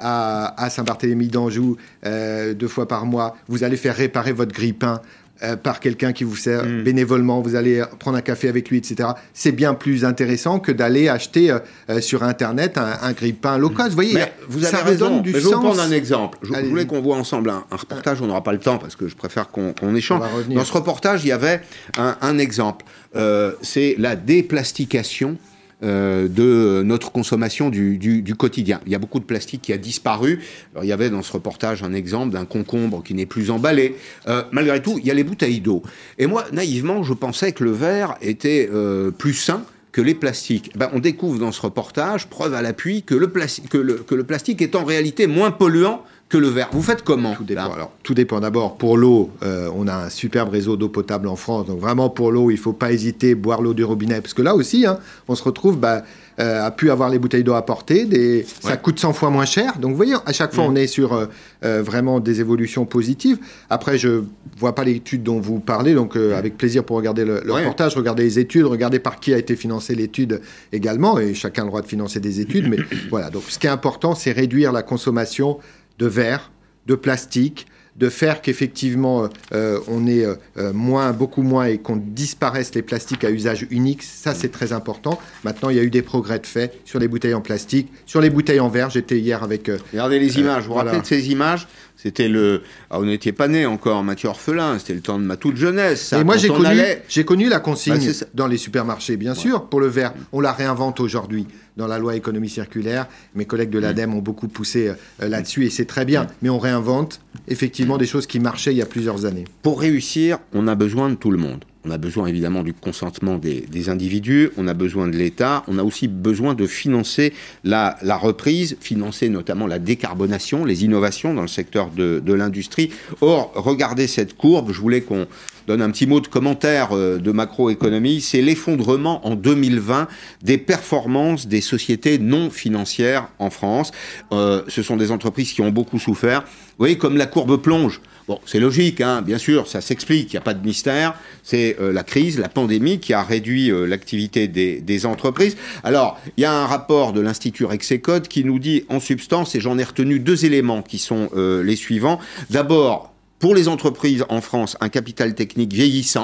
à, à Saint-Barthélemy d'Anjou, euh, deux fois par mois, vous allez faire réparer votre grille-pain Euh, par quelqu'un qui vous sert mmh. bénévolement, vous allez prendre un café avec lui, et cetera. C'est bien plus intéressant que d'aller acheter euh, sur Internet un, un grille-pain low cost. Vous voyez, Mais vous avez ça raison. redonne du Mais je sens. vais vous prendre un exemple. Je, je voulais qu'on voit ensemble un, un reportage. On n'aura pas le temps parce que je préfère qu'on, qu'on échange. Dans ce reportage, il y avait un, un exemple. Euh, c'est la déplastication Euh, de notre consommation du, du, du quotidien. Il y a beaucoup de plastique qui a disparu. Alors, il y avait dans ce reportage un exemple d'un concombre qui n'est plus emballé. Euh, malgré tout, il y a les bouteilles d'eau. Et moi, naïvement, je pensais que le verre était euh, plus sain que les plastiques. Ben, on découvre dans ce reportage, preuve à l'appui, que le, plas- que, le, que le plastique est en réalité moins polluant que le verre. Vous faites comment ? Tout dépend. Alors, tout dépend d'abord. Pour l'eau, euh, on a un superbe réseau d'eau potable en France. Donc vraiment, pour l'eau, il ne faut pas hésiter à boire l'eau du robinet. Parce que là aussi, hein, on se retrouve bah, euh, à pu avoir les bouteilles d'eau à portée. Des... Ça ouais. coûte cent fois moins cher. Donc vous voyez, à chaque fois, mmh. on est sur euh, euh, vraiment des évolutions positives. Après, je ne vois pas l'étude dont vous parlez. Donc euh, avec plaisir pour regarder le, le ouais. reportage, regarder les études, regarder par qui a été financée l'étude également. Et chacun a le droit de financer des études. Mais voilà. Donc ce qui est important, c'est réduire la consommation de verre, de plastique, de faire qu'effectivement euh, on ait euh, moins, beaucoup moins et qu'on disparaisse les plastiques à usage unique. Ça, c'est très important. Maintenant, il y a eu des progrès de fait sur les bouteilles en plastique, sur les bouteilles en verre. J'étais hier avec... Euh, Regardez les images. Vous vous voilà. rappelez de ces images ? C'était le... Ah, vous n'étiez pas né encore, Mathieu Orphelin. C'était le temps de ma toute jeunesse. Ça, et moi, j'ai connu, allait... j'ai connu la consigne bah, dans les supermarchés, bien ouais. sûr, pour le verre. On la réinvente aujourd'hui dans la loi économie circulaire. Mes collègues de l'ADEME ont beaucoup poussé euh, là-dessus et c'est très bien. Mais on réinvente effectivement des choses qui marchaient il y a plusieurs années. Pour réussir, on a besoin de tout le monde. On a besoin évidemment du consentement des, des individus, on a besoin de l'État, on a aussi besoin de financer la, la reprise, financer notamment la décarbonation, les innovations dans le secteur de, de l'industrie. Or, regardez cette courbe, je voulais qu'on donne un petit mot de commentaire de macroéconomie, c'est l'effondrement en deux mille vingt des performances des sociétés non financières en France. Euh, ce sont des entreprises qui ont beaucoup souffert. Vous voyez, comme la courbe plonge. Bon, c'est logique, hein, bien sûr, ça s'explique, il n'y a pas de mystère. C'est euh, la crise, la pandémie qui a réduit euh, l'activité des, des entreprises. Alors, il y a un rapport de l'Institut Rexecode qui nous dit, en substance, et j'en ai retenu deux éléments qui sont euh, les suivants. D'abord, pour les entreprises en France, un capital technique vieillissant,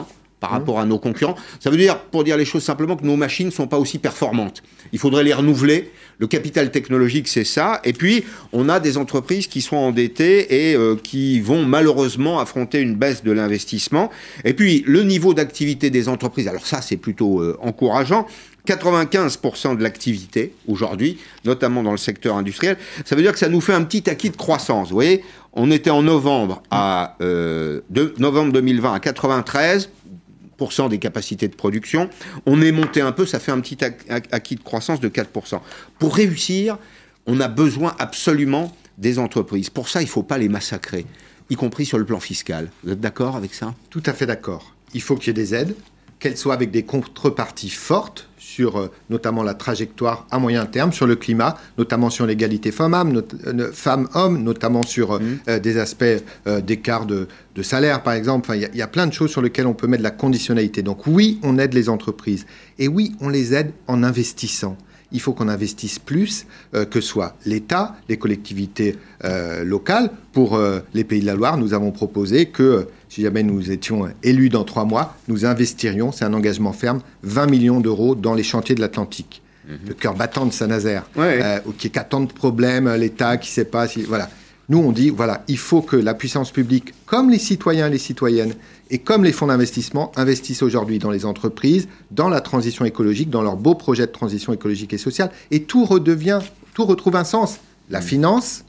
par rapport à nos concurrents. Ça veut dire, pour dire les choses simplement, que nos machines ne sont pas aussi performantes. Il faudrait les renouveler. Le capital technologique, c'est ça. Et puis, on a des entreprises qui sont endettées et euh, qui vont malheureusement affronter une baisse de l'investissement. Et puis, le niveau d'activité des entreprises, alors ça, c'est plutôt euh, encourageant. quatre-vingt-quinze pour cent de l'activité aujourd'hui, notamment dans le secteur industriel. Ça veut dire que ça nous fait un petit acquis de croissance. Vous voyez, on était en novembre, à, euh, de, novembre deux mille vingt à quatre-vingt-treize pour cent des capacités de production. On est monté un peu, ça fait un petit acquis de croissance de quatre pour cent. Pour réussir, on a besoin absolument des entreprises. Pour ça, il ne faut pas les massacrer, y compris sur le plan fiscal. Vous êtes d'accord avec ça ? Tout à fait d'accord. Il faut qu'il y ait des aides, qu'elles soient avec des contreparties fortes, sur euh, notamment la trajectoire à moyen terme, sur le climat, notamment sur l'égalité femmes-hommes, not euh, femmes-hommes, notamment sur euh, mmh. euh, des aspects euh, d'écart de, de salaire, par exemple. Enfin, il y, y a plein de choses sur lesquelles on peut mettre de la conditionnalité. Donc oui, on aide les entreprises. Et oui, on les aide en investissant. Il faut qu'on investisse plus, euh, que ce soit l'État, les collectivités euh, locales. Pour euh, les Pays de la Loire, nous avons proposé que, euh, si jamais nous étions élus dans trois mois, nous investirions, c'est un engagement ferme, vingt millions d'euros dans les chantiers de l'Atlantique. Mmh. Le cœur battant de Saint-Nazaire, ouais. euh, qui a tant de problèmes, l'État qui ne sait pas... Si, voilà. Nous, on dit, voilà, il faut que la puissance publique, comme les citoyens et les citoyennes, et comme les fonds d'investissement, investissent aujourd'hui dans les entreprises, dans la transition écologique, dans leurs beaux projets de transition écologique et sociale, et tout redevient, tout retrouve un sens. La finance,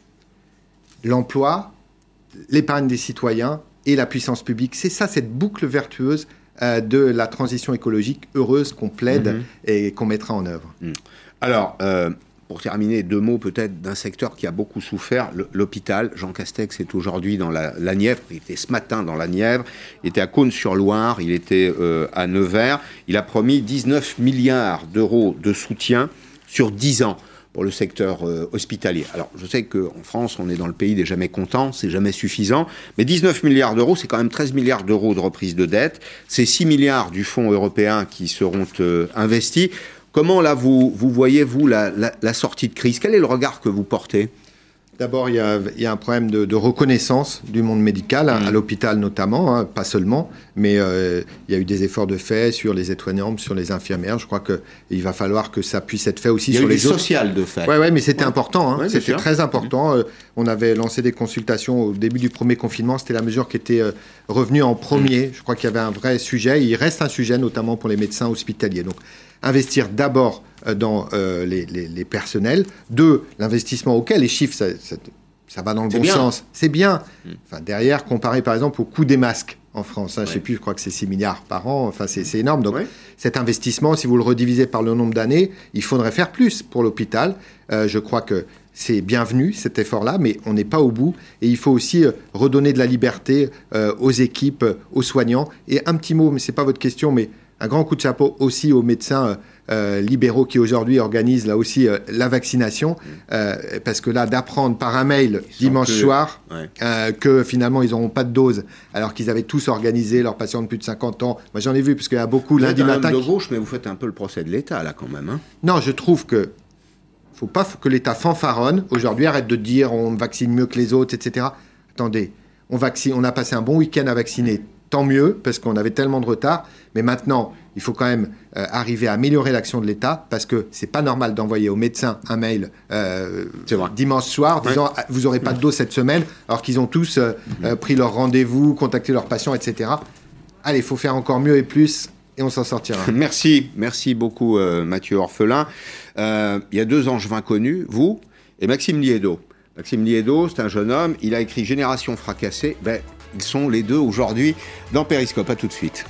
l'emploi, l'épargne des citoyens et la puissance publique. C'est ça, cette boucle vertueuse euh, de la transition écologique heureuse qu'on plaide mmh. et qu'on mettra en œuvre. Mmh. Alors... Euh... Pour terminer, deux mots peut-être d'un secteur qui a beaucoup souffert, l'hôpital. Jean Castex est aujourd'hui dans la, la Nièvre, il était ce matin dans la Nièvre, il était à Cosne-sur-Loire, il était euh, à Nevers. Il a promis dix-neuf milliards d'euros de soutien sur dix ans pour le secteur euh, hospitalier. Alors, je sais qu'en France, on est dans le pays des jamais contents, c'est jamais suffisant, mais dix-neuf milliards d'euros, c'est quand même treize milliards d'euros de reprise de dette, c'est six milliards du fonds européen qui seront euh, investis. Comment, là, vous, vous voyez, vous, la, la, la sortie de crise ? Quel est le regard que vous portez ? D'abord, il y a, il y a un problème de, de reconnaissance du monde médical, hein, mmh. à l'hôpital notamment, hein, pas seulement, mais euh, il y a eu des efforts de fait sur les aides-soignantes, sur les infirmières. Je crois qu'il va falloir que ça puisse être fait aussi sur les autres. Il y a eu des sociales de fait. Oui, ouais, mais c'était ouais. important, hein, ouais, c'était très important. Mmh. Euh, on avait lancé des consultations au début du premier confinement, c'était la mesure qui était euh, revenue en premier. Mmh. Je crois qu'il y avait un vrai sujet, il reste un sujet notamment pour les médecins hospitaliers. Donc, investir d'abord dans euh, les, les, les personnels. Deux, l'investissement auquel les chiffres, ça, ça, ça va dans le bon bien. sens. C'est bien. Mmh. Enfin, derrière, comparé par exemple au coût des masques en France, hein, ouais. je ne sais plus, je crois que c'est six milliards par an. Enfin, c'est, c'est énorme. Donc, ouais. cet investissement, si vous le redivisez par le nombre d'années, il faudrait faire plus pour l'hôpital. Euh, je crois que c'est bienvenu, cet effort-là, mais on n'est pas au bout. Et il faut aussi euh, redonner de la liberté euh, aux équipes, euh, aux soignants. Et un petit mot, mais ce n'est pas votre question, mais un grand coup de chapeau aussi aux médecins euh, Euh, libéraux qui aujourd'hui organisent là aussi euh, la vaccination, euh, parce que là d'apprendre par un mail dimanche que... soir ouais. euh, que finalement ils n'auront pas de dose alors qu'ils avaient tous organisé leurs patients de plus de cinquante ans. Moi j'en ai vu parce qu'il y a beaucoup vous lundi êtes un matin. Homme de gauche, mais vous faites un peu le procès de l'État là quand même. Hein. Non, je trouve que faut pas que l'État fanfaronne aujourd'hui, arrête de dire on vaccine mieux que les autres, et cetera. Attendez, on vaccine, on a passé un bon week-end à vacciner. Tant mieux, parce qu'on avait tellement de retard. Mais maintenant, il faut quand même euh, arriver à améliorer l'action de l'État, parce que c'est pas normal d'envoyer aux médecins un mail euh, dimanche soir disant ouais. « vous n'aurez pas de dose cette semaine », alors qu'ils ont tous euh, mmh. euh, pris leur rendez-vous, contacté leurs patients, et cetera. Allez, il faut faire encore mieux et plus, et on s'en sortira. Merci, merci beaucoup euh, Mathieu Orphelin. Euh, il y a deux angevins connus, vous et Maxime Liédot. Maxime Liédot, c'est un jeune homme, il a écrit « Génération fracassée ». Ben, ils sont les deux aujourd'hui dans Périscope. À tout de suite.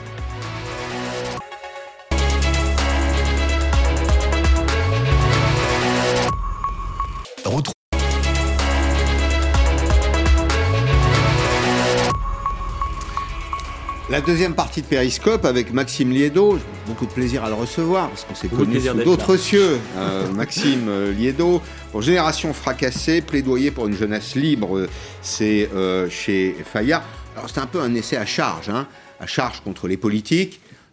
Retrouve la deuxième partie de Périscope avec Maxime Liédot. J'ai beaucoup de plaisir à le recevoir parce qu'on s'est connus sous d'autres cieux. Euh, Maxime Liédot, pour Génération fracassée, plaidoyer pour une jeunesse libre, c'est euh, chez Fayard. Alors c'est un peu un essai à charge, hein, à charge contre les politiques,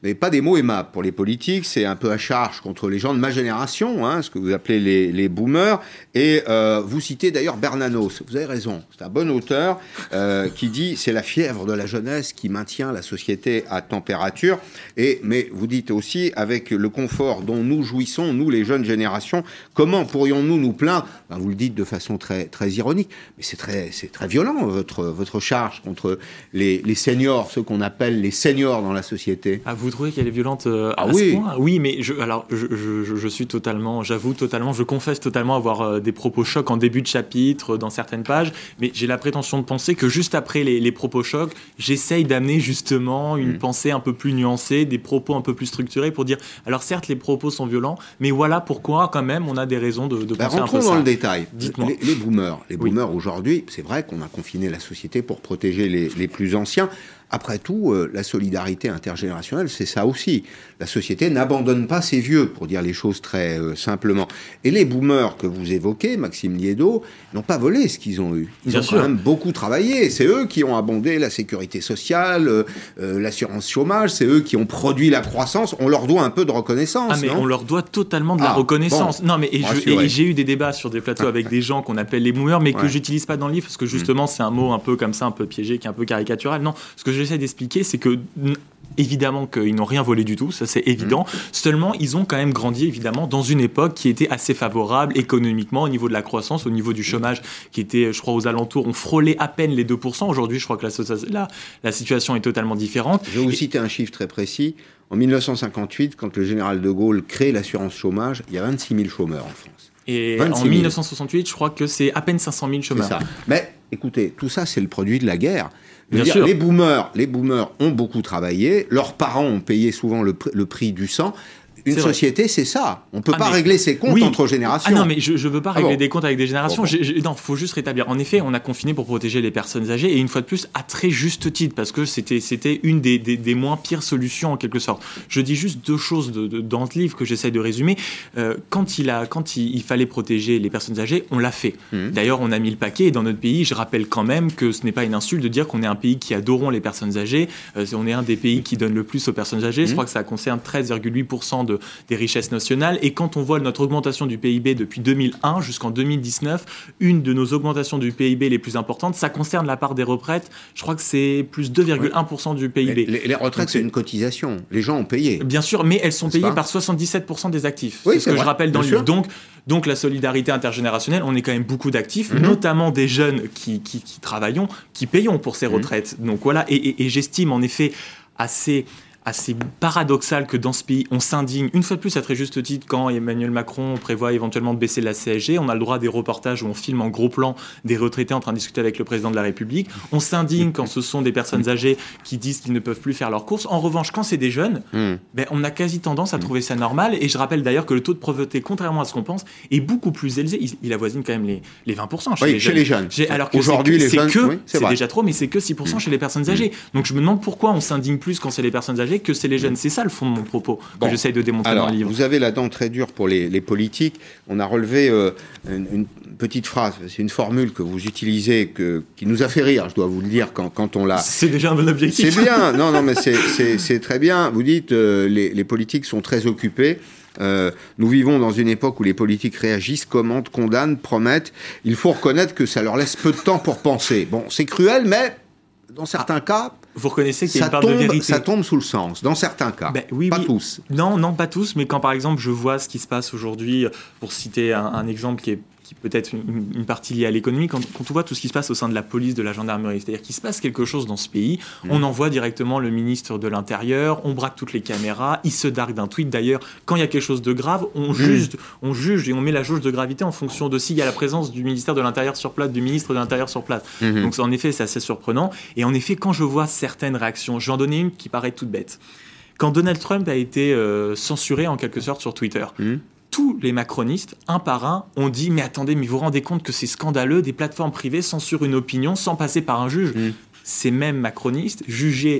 mais pas des mots aimables pour les politiques. C'est un peu à charge contre les gens de ma génération, hein, ce que vous appelez les, les boomers. Et euh, vous citez d'ailleurs Bernanos. Vous avez raison. C'est un bon auteur euh, qui dit c'est la fièvre de la jeunesse qui maintient la société à température. Et mais vous dites aussi avec le confort dont nous jouissons, nous les jeunes générations, comment pourrions-nous nous plaindre? Ben, vous le dites de façon très très ironique, mais c'est très c'est très violent votre votre charge contre les les seniors, ceux qu'on appelle les seniors dans la société. Ah, vous trouvez qu'elle est violente euh, à ah, ce oui. point? Oui, mais je, alors je, je, je suis totalement, j'avoue totalement, je confesse totalement avoir euh, des propos chocs en début de chapitre, euh, dans certaines pages, mais j'ai la prétention de penser que juste après les, les propos chocs, j'essaye d'amener justement une mmh. pensée un peu plus nuancée, des propos un peu plus structurés pour dire, alors certes les propos sont violents, mais voilà pourquoi quand même on a des raisons de, de bah, penser un peu ça. Rentrons dans le détail. Dites-moi. Les, les boomers, les oui. boomers aujourd'hui, c'est vrai qu'on a confiné la société pour protéger les, les plus anciens. Après tout, euh, la solidarité intergénérationnelle, c'est ça aussi. La société n'abandonne pas ses vieux, pour dire les choses très euh, simplement. Et les boomers que vous évoquez, Maxime Liédot, n'ont pas volé ce qu'ils ont eu. Ils Bien ont sûr. quand même beaucoup travaillé. C'est eux qui ont abondé la sécurité sociale, euh, euh, l'assurance chômage, c'est eux qui ont produit la croissance. On leur doit un peu de reconnaissance, Ah mais non on leur doit totalement de ah, la reconnaissance. Bon, non mais et, je, et j'ai eu des débats sur des plateaux avec des gens qu'on appelle les boomers, mais que ouais. j'utilise pas dans le livre parce que justement mmh. c'est un mot un peu comme ça, un peu piégé, qui est un peu caricatural. Non, ce que j'essaie d'expliquer, c'est que évidemment qu'ils n'ont rien volé du tout, ça c'est évident. Mmh. Seulement, ils ont quand même grandi évidemment dans une époque qui était assez favorable économiquement au niveau de la croissance, au niveau du chômage qui était, je crois, aux alentours, on frôlait à peine les deux pour cent. Aujourd'hui, je crois que la, la, la situation est totalement différente. Je vais vous Et... citer un chiffre très précis. En mille neuf cent cinquante-huit, quand le général de Gaulle crée l'assurance chômage, il y a vingt-six mille chômeurs en France. Et en mille neuf cent soixante-huit, je crois que c'est à peine cinq cent mille chômeurs. C'est ça. Mais écoutez, tout ça, c'est le produit de la guerre. Bien dire, sûr. Les boomers, les boomers ont beaucoup travaillé. Leurs parents ont payé souvent le, pr- le prix du sang. Une c'est société, vrai. C'est ça. On ne peut ah pas régler ses comptes oui. entre générations. Ah non, mais je ne veux pas régler ah bon. des comptes avec des générations. Bon, bon. J'ai, j'ai, non, il faut juste rétablir. En effet, on a confiné pour protéger les personnes âgées, et une fois de plus, à très juste titre, parce que c'était, c'était une des, des, des moins pires solutions, en quelque sorte. Je dis juste deux choses de, de, dans ce livre que j'essaie de résumer. Euh, quand il, a, quand il, il fallait protéger les personnes âgées, on l'a fait. Mmh. D'ailleurs, on a mis le paquet, et dans notre pays, je rappelle quand même que ce n'est pas une insulte de dire qu'on est un pays qui adorons les personnes âgées. Euh, on est un des pays qui donne le plus aux personnes âgées. Mmh. Je crois que ça concerne treize virgule huit pour cent de, des richesses nationale. Et quand on voit notre augmentation du P I B depuis deux mille un jusqu'en deux mille dix-neuf, une de nos augmentations du P I B les plus importantes, ça concerne la part des retraites. Je crois que c'est plus deux virgule un pour cent ouais. du P I B. Les, les retraites, Donc, c'est une cotisation. Les gens ont payé. Bien sûr, mais elles sont N'est-ce payées pas par soixante-dix-sept pour cent des actifs. Oui, c'est ce que vrai. je rappelle dans Bien le livre. sûr. Donc, donc la solidarité intergénérationnelle, on est quand même beaucoup d'actifs, mm-hmm. notamment des jeunes qui, qui, qui travaillons, qui payons pour ces mm-hmm. retraites. Donc voilà, et, et, et j'estime en effet assez... assez paradoxal que dans ce pays, on s'indigne, une fois de plus à très juste titre, quand Emmanuel Macron prévoit éventuellement de baisser la C S G, on a le droit à des reportages où on filme en gros plan des retraités en train de discuter avec le président de la République, on s'indigne quand ce sont des personnes âgées qui disent qu'ils ne peuvent plus faire leurs courses. En revanche, quand c'est des jeunes, mm. ben, on a quasi tendance à trouver ça normal, et je rappelle d'ailleurs que le taux de pauvreté, contrairement à ce qu'on pense, est beaucoup plus élevé, il, il avoisine quand même les, les vingt pour cent chez, oui, les, chez jeunes. les jeunes. J'ai, alors que aujourd'hui, c'est, les c'est jeunes, que, oui, c'est, c'est déjà trop, mais c'est que six pour cent mm. chez les personnes âgées. Mm. Donc je me demande pourquoi on s'indigne plus quand c'est les personnes âgées que c'est les jeunes. C'est ça le fond de mon propos bon. que j'essaye de démontrer Alors, dans le livre. Vous avez la dent très dure pour les, les politiques. On a relevé euh, une, une petite phrase, c'est une formule que vous utilisez que, qui nous a fait rire, je dois vous le dire, quand, quand on l'a... C'est déjà un bon objectif. C'est bien, non, non, mais c'est, c'est, c'est très bien. Vous dites, euh, les, les politiques sont très occupés. Euh, nous vivons dans une époque où les politiques réagissent, commentent, condamnent, promettent. Il faut reconnaître que ça leur laisse peu de temps pour penser. Bon, c'est cruel, mais dans certains ah. cas... Vous reconnaissez qu'il y a ça une part tombe, de vérité. Ça tombe sous le sens, dans certains cas. Ben, oui, pas oui. tous. Non, non, pas tous. Mais quand, par exemple, je vois ce qui se passe aujourd'hui, pour citer un, un exemple qui est qui peut être une, une partie liée à l'économie, quand, quand on voit tout ce qui se passe au sein de la police, de la gendarmerie, c'est-à-dire qu'il se passe quelque chose dans ce pays, mmh. on envoie directement le ministre de l'Intérieur, on braque toutes les caméras, il se dargue d'un tweet. D'ailleurs, quand il y a quelque chose de grave, on, mmh. juge, on juge et on met la jauge de gravité en fonction de s'il y a la présence du ministère de l'Intérieur sur place, du ministre de l'Intérieur sur place. Mmh. Donc en effet, c'est assez surprenant. Et en effet, quand je vois certaines réactions, je vais en donner une qui paraît toute bête. Quand Donald Trump a été euh, censuré en quelque sorte sur Twitter, mmh. tous les macronistes, un par un, ont dit « Mais attendez, mais vous vous rendez compte que c'est scandaleux, des plateformes privées censurent une opinion sans passer par un juge. Mmh. » Ces mêmes macronistes jugeaient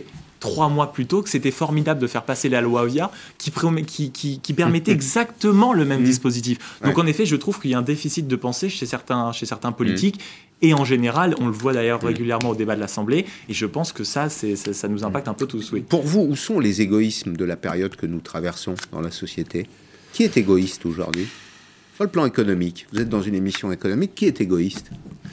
trois mois plus tôt que c'était formidable de faire passer la loi Avia qui, qui, qui, qui permettait exactement le même mmh. dispositif. Donc ouais. en effet, je trouve qu'il y a un déficit de pensée chez certains, chez certains politiques. Mmh. Et en général, on le voit d'ailleurs mmh. régulièrement au débat de l'Assemblée. Et je pense que ça, c'est, ça, ça nous impacte un peu tous. Oui. Pour vous, où sont les égoïsmes de la période que nous traversons dans la société ? Qui est égoïste aujourd'hui ? Sur le plan économique, vous êtes dans une émission économique, qui est égoïste ?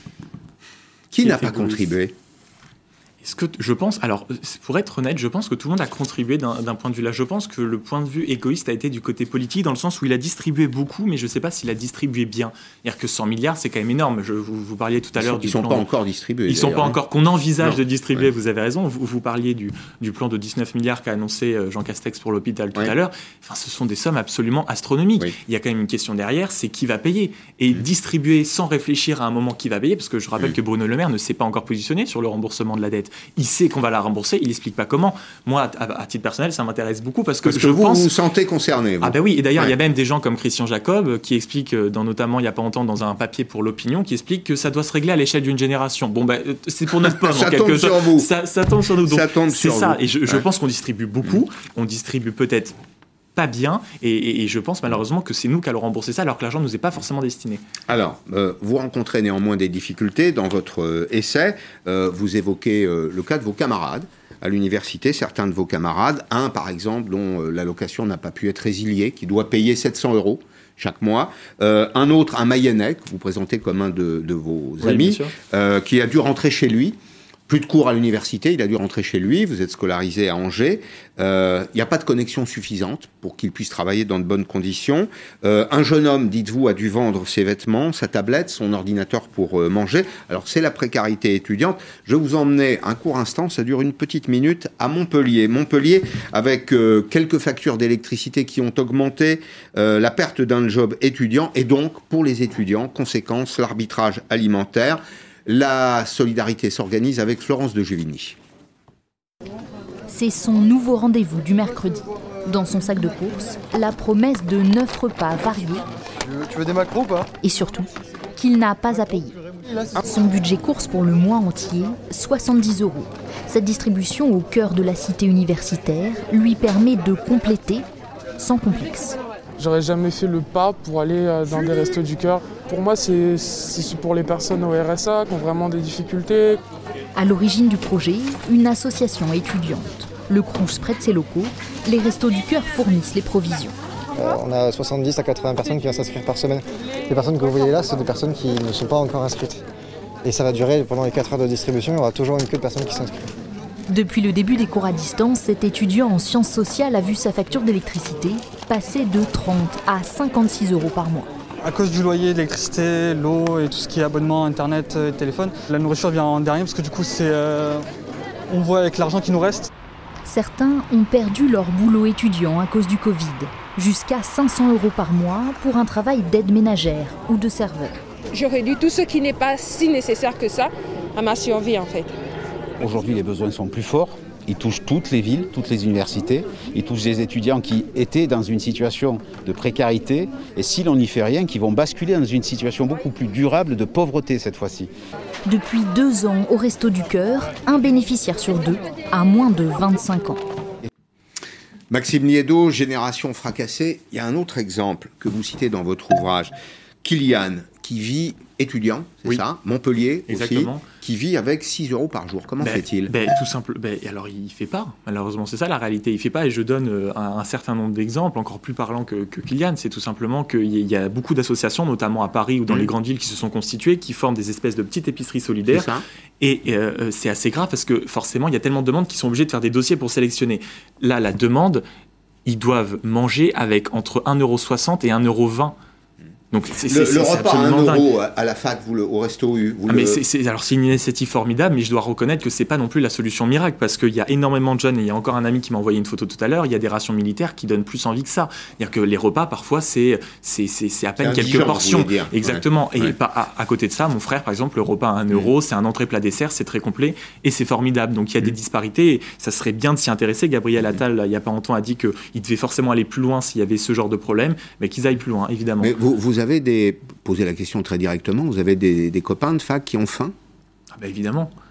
Qui, qui n'a pas égoïste contribué ? Est-ce que je pense, alors pour être honnête, je pense que tout le monde a contribué d'un, d'un point de vue là. Je pense que le point de vue égoïste a été du côté politique dans le sens où il a distribué beaucoup, mais je ne sais pas s'il a distribué bien. C'est-à-dire que cent milliards, c'est quand même énorme. Je, vous, vous parliez tout à l'heure ils du sont, plan. Ils ne sont pas encore distribués. Ils ne sont pas encore, qu'on envisage non. de distribuer, ouais. vous avez raison. Vous, vous parliez du, du plan de dix-neuf milliards qu'a annoncé Jean Castex pour l'hôpital tout ouais. à l'heure. Enfin, ce sont des sommes absolument astronomiques. Oui. Il y a quand même une question derrière, c'est qui va payer. Et mmh. distribuer sans réfléchir à un moment qui va payer, parce que je rappelle mmh. que Bruno Le Maire ne s'est pas encore positionné sur le remboursement de la dette. Il sait qu'on va la rembourser, il n'explique pas comment. Moi, à, à titre personnel, ça m'intéresse beaucoup parce que parce je que vous pense... vous vous sentez concerné. Vous. Ah ben oui, et d'ailleurs, il ouais. y a même des gens comme Christian Jacob qui expliquent, dans, notamment il n'y a pas longtemps dans un papier pour l'Opinion, qui explique que ça doit se régler à l'échelle d'une génération. Bon, ben, c'est pour notre pomme, ça en quelque sorte. Sur vous. Ça, ça tombe sur nous. Donc, ça tombe c'est sur ça. vous. Et je, je ouais. pense qu'on distribue beaucoup. Mmh. On distribue peut-être pas bien, et, et, et je pense malheureusement que c'est nous qui allons rembourser ça alors que l'argent ne nous est pas forcément destiné. Alors, euh, vous rencontrez néanmoins des difficultés dans votre euh, essai. Euh, vous évoquez euh, le cas de vos camarades à l'université, certains de vos camarades, un par exemple dont euh, l'allocation n'a pas pu être résiliée, qui doit payer sept cents euros chaque mois, euh, un autre, un Mayennais, que vous présentez comme un de, de vos oui, amis, euh, qui a dû rentrer chez lui. Plus de cours à l'université, il a dû rentrer chez lui, vous êtes scolarisé à Angers, il euh, n'y a pas de connexion suffisante pour qu'il puisse travailler dans de bonnes conditions. Euh, un jeune homme, dites-vous, a dû vendre ses vêtements, sa tablette, son ordinateur pour euh, manger. Alors c'est la précarité étudiante. Je vous emmenais un court instant, ça dure une petite minute, à Montpellier. Montpellier, avec euh, quelques factures d'électricité qui ont augmenté, euh, la perte d'un job étudiant, et donc pour les étudiants, conséquence, l'arbitrage alimentaire. La solidarité s'organise avec Florence de Juvigny. C'est son nouveau rendez-vous du mercredi. Dans son sac de courses, la promesse de neuf repas variés. Tu veux des macros ou pas ? Et surtout, qu'il n'a pas à payer. Son budget course pour le mois entier, soixante-dix euros. Cette distribution au cœur de la cité universitaire lui permet de compléter sans complexe. J'aurais jamais fait le pas pour aller dans des restos du cœur. Pour moi, c'est, c'est pour les personnes au R S A qui ont vraiment des difficultés. À l'origine du projet, une association étudiante. Le Crunch prête ses locaux, les restos du cœur fournissent les provisions. Euh, on a soixante-dix à quatre-vingts personnes qui viennent s'inscrire par semaine. Les personnes que vous voyez là, c'est des personnes qui ne sont pas encore inscrites. Et ça va durer pendant les quatre heures de distribution, il y aura toujours une queue de personnes qui s'inscrivent. Depuis le début des cours à distance, cet étudiant en sciences sociales a vu sa facture d'électricité passer de trente à cinquante-six euros par mois. À cause du loyer, de l'électricité, l'eau et tout ce qui est abonnement, internet et téléphone, la nourriture vient en dernier parce que du coup, c'est, euh, on voit avec l'argent qui nous reste. Certains ont perdu leur boulot étudiant à cause du Covid, jusqu'à cinq cents euros par mois pour un travail d'aide ménagère ou de serveur. Je réduis tout ce qui n'est pas si nécessaire que ça à ma survie en fait. Aujourd'hui, les besoins sont plus forts. Ils touchent toutes les villes, toutes les universités. Ils touchent des étudiants qui étaient dans une situation de précarité et si l'on n'y fait rien, qui vont basculer dans une situation beaucoup plus durable de pauvreté cette fois-ci. Depuis deux ans, au Resto du Cœur, un bénéficiaire sur deux a moins de vingt-cinq ans. Maxime Niedo, Génération fracassée. Il y a un autre exemple que vous citez dans votre ouvrage. Kylian, qui vit étudiant, c'est oui. ça, Montpellier Exactement. aussi, qui vit avec six euros par jour. Comment ben, fait-il ben, Tout simple. Ben, alors, il ne fait pas. Malheureusement, c'est ça la réalité. Il ne fait pas. Et je donne euh, un, un certain nombre d'exemples, encore plus parlants que, que Kylian. C'est tout simplement qu'il y, y a beaucoup d'associations, notamment à Paris ou dans mmh. les grandes villes, qui se sont constituées, qui forment des espèces de petites épiceries solidaires. Et euh, c'est assez grave parce que forcément, il y a tellement de demandes qu'ils sont obligés de faire des dossiers pour sélectionner. Là, la demande, ils doivent manger avec entre un euro soixante et un euro vingt. Donc c'est, le, c'est, le c'est repas à un euro dingue. À la fac, vous le, au resto, vous ah le... mais c'est, c'est, alors c'est une initiative formidable, mais je dois reconnaître que c'est pas non plus la solution miracle, parce qu'il y a énormément de jeunes, et il y a encore un ami qui m'a envoyé une photo tout à l'heure, il y a des rations militaires qui donnent plus envie que ça. C'est-à-dire que les repas, parfois, c'est, c'est, c'est, c'est à peine c'est quelques portions. Exactement. Ouais. Et ouais. À, à côté de ça, mon frère, par exemple, le repas à un euro, mmh. c'est un entrée plat dessert, c'est très complet, et c'est formidable. Donc il y a mmh. des disparités, et ça serait bien de s'y intéresser. Gabriel Attal, il y a pas longtemps, a dit qu'il devait forcément aller plus loin s'il y avait ce genre de problème, mais qu'ils aillent plus loin, évidemment. Mais vous, vous avez des... Posez la question très directement, vous avez des, des copains de fac qui ont faim ? Ah bah évidemment.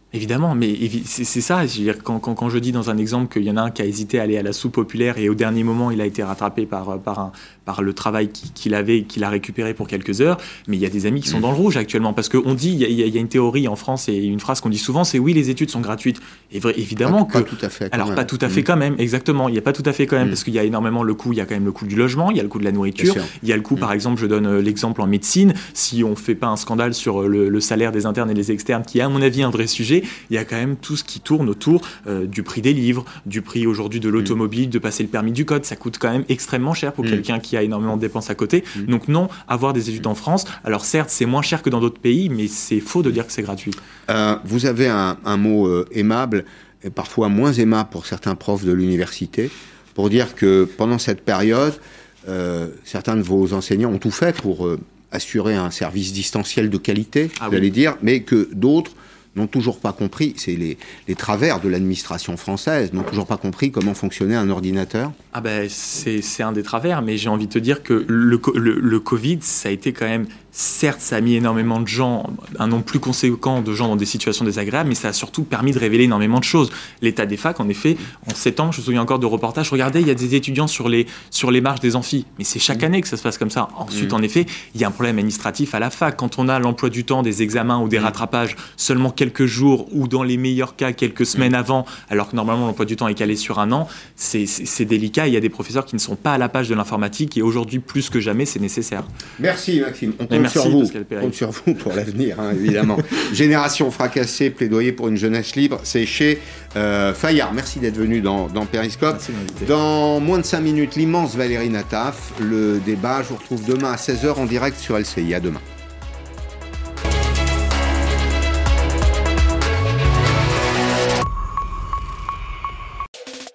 Évidemment, mais c'est, c'est ça. Je veux dire, quand, quand, quand je dis dans un exemple qu'il y en a un qui a hésité à aller à la soupe populaire et au dernier moment, il a été rattrapé par, par, un, par le travail qu'il avait et qu'il a récupéré pour quelques heures, mais il y a des amis qui sont dans le rouge actuellement. Parce qu'on dit, il y, a, il y a une théorie en France et une phrase qu'on dit souvent, c'est oui, les études sont gratuites. Et vrai, évidemment pas, que... Pas tout à fait. Alors, même. pas tout à fait mmh. quand même, exactement. Il n'y a pas tout à fait quand même, mmh. parce qu'il y a énormément le coût, il y a quand même le coût du logement, il y a le coût de la nourriture, il y a le coût, mmh. par exemple, je donne l'exemple en médecine, si on ne fait pas un scandale sur le, le salaire des internes et des externes, qui est à mon avis un vrai sujet, il y a quand même tout ce qui tourne autour euh, du prix des livres, du prix aujourd'hui de l'automobile, de passer le permis du code. Ça coûte quand même extrêmement cher pour mmh. quelqu'un qui a énormément de dépenses à côté. Mmh. Donc non, avoir des études en France, alors certes, c'est moins cher que dans d'autres pays, mais c'est faux de dire que c'est gratuit. Euh, vous avez un, un mot euh, aimable, et parfois moins aimable pour certains profs de l'université, pour dire que pendant cette période, euh, certains de vos enseignants ont tout fait pour euh, assurer un service distanciel de qualité, ah, vous oui. allez dire, mais que d'autres n'ont toujours pas compris, c'est les, les travers de l'administration française, n'ont toujours pas compris comment fonctionnait un ordinateur. Ah ben, c'est, c'est un des travers, mais j'ai envie de te dire que le, le, le Covid, ça a été quand même... Certes, ça a mis énormément de gens, un nombre plus conséquent de gens dans des situations désagréables, mais ça a surtout permis de révéler énormément de choses. L'état des facs, en effet, en sept ans, je me souviens encore de reportages, regardez, il y a des étudiants sur les, sur les marches des amphis. Mais c'est chaque année que ça se passe comme ça. Ensuite, mmh. en effet, il y a un problème administratif à la fac. Quand on a l'emploi du temps des examens ou des mmh. rattrapages seulement quelques jours ou dans les meilleurs cas quelques semaines mmh. avant, alors que normalement l'emploi du temps est calé sur un an, c'est, c'est, c'est délicat. Il y a des professeurs qui ne sont pas à la page de l'informatique et aujourd'hui, plus que jamais, c'est nécessaire. Merci Maxime. On compte sur vous. On compte sur vous pour l'avenir, hein, évidemment. Génération fracassée, plaidoyer pour une jeunesse libre, c'est chez euh, Fayard. Merci d'être venu dans, dans Périscope. Dans moins de cinq minutes, l'immense Valérie Nataf. Le débat, je vous retrouve demain à seize heures en direct sur L C I. À demain.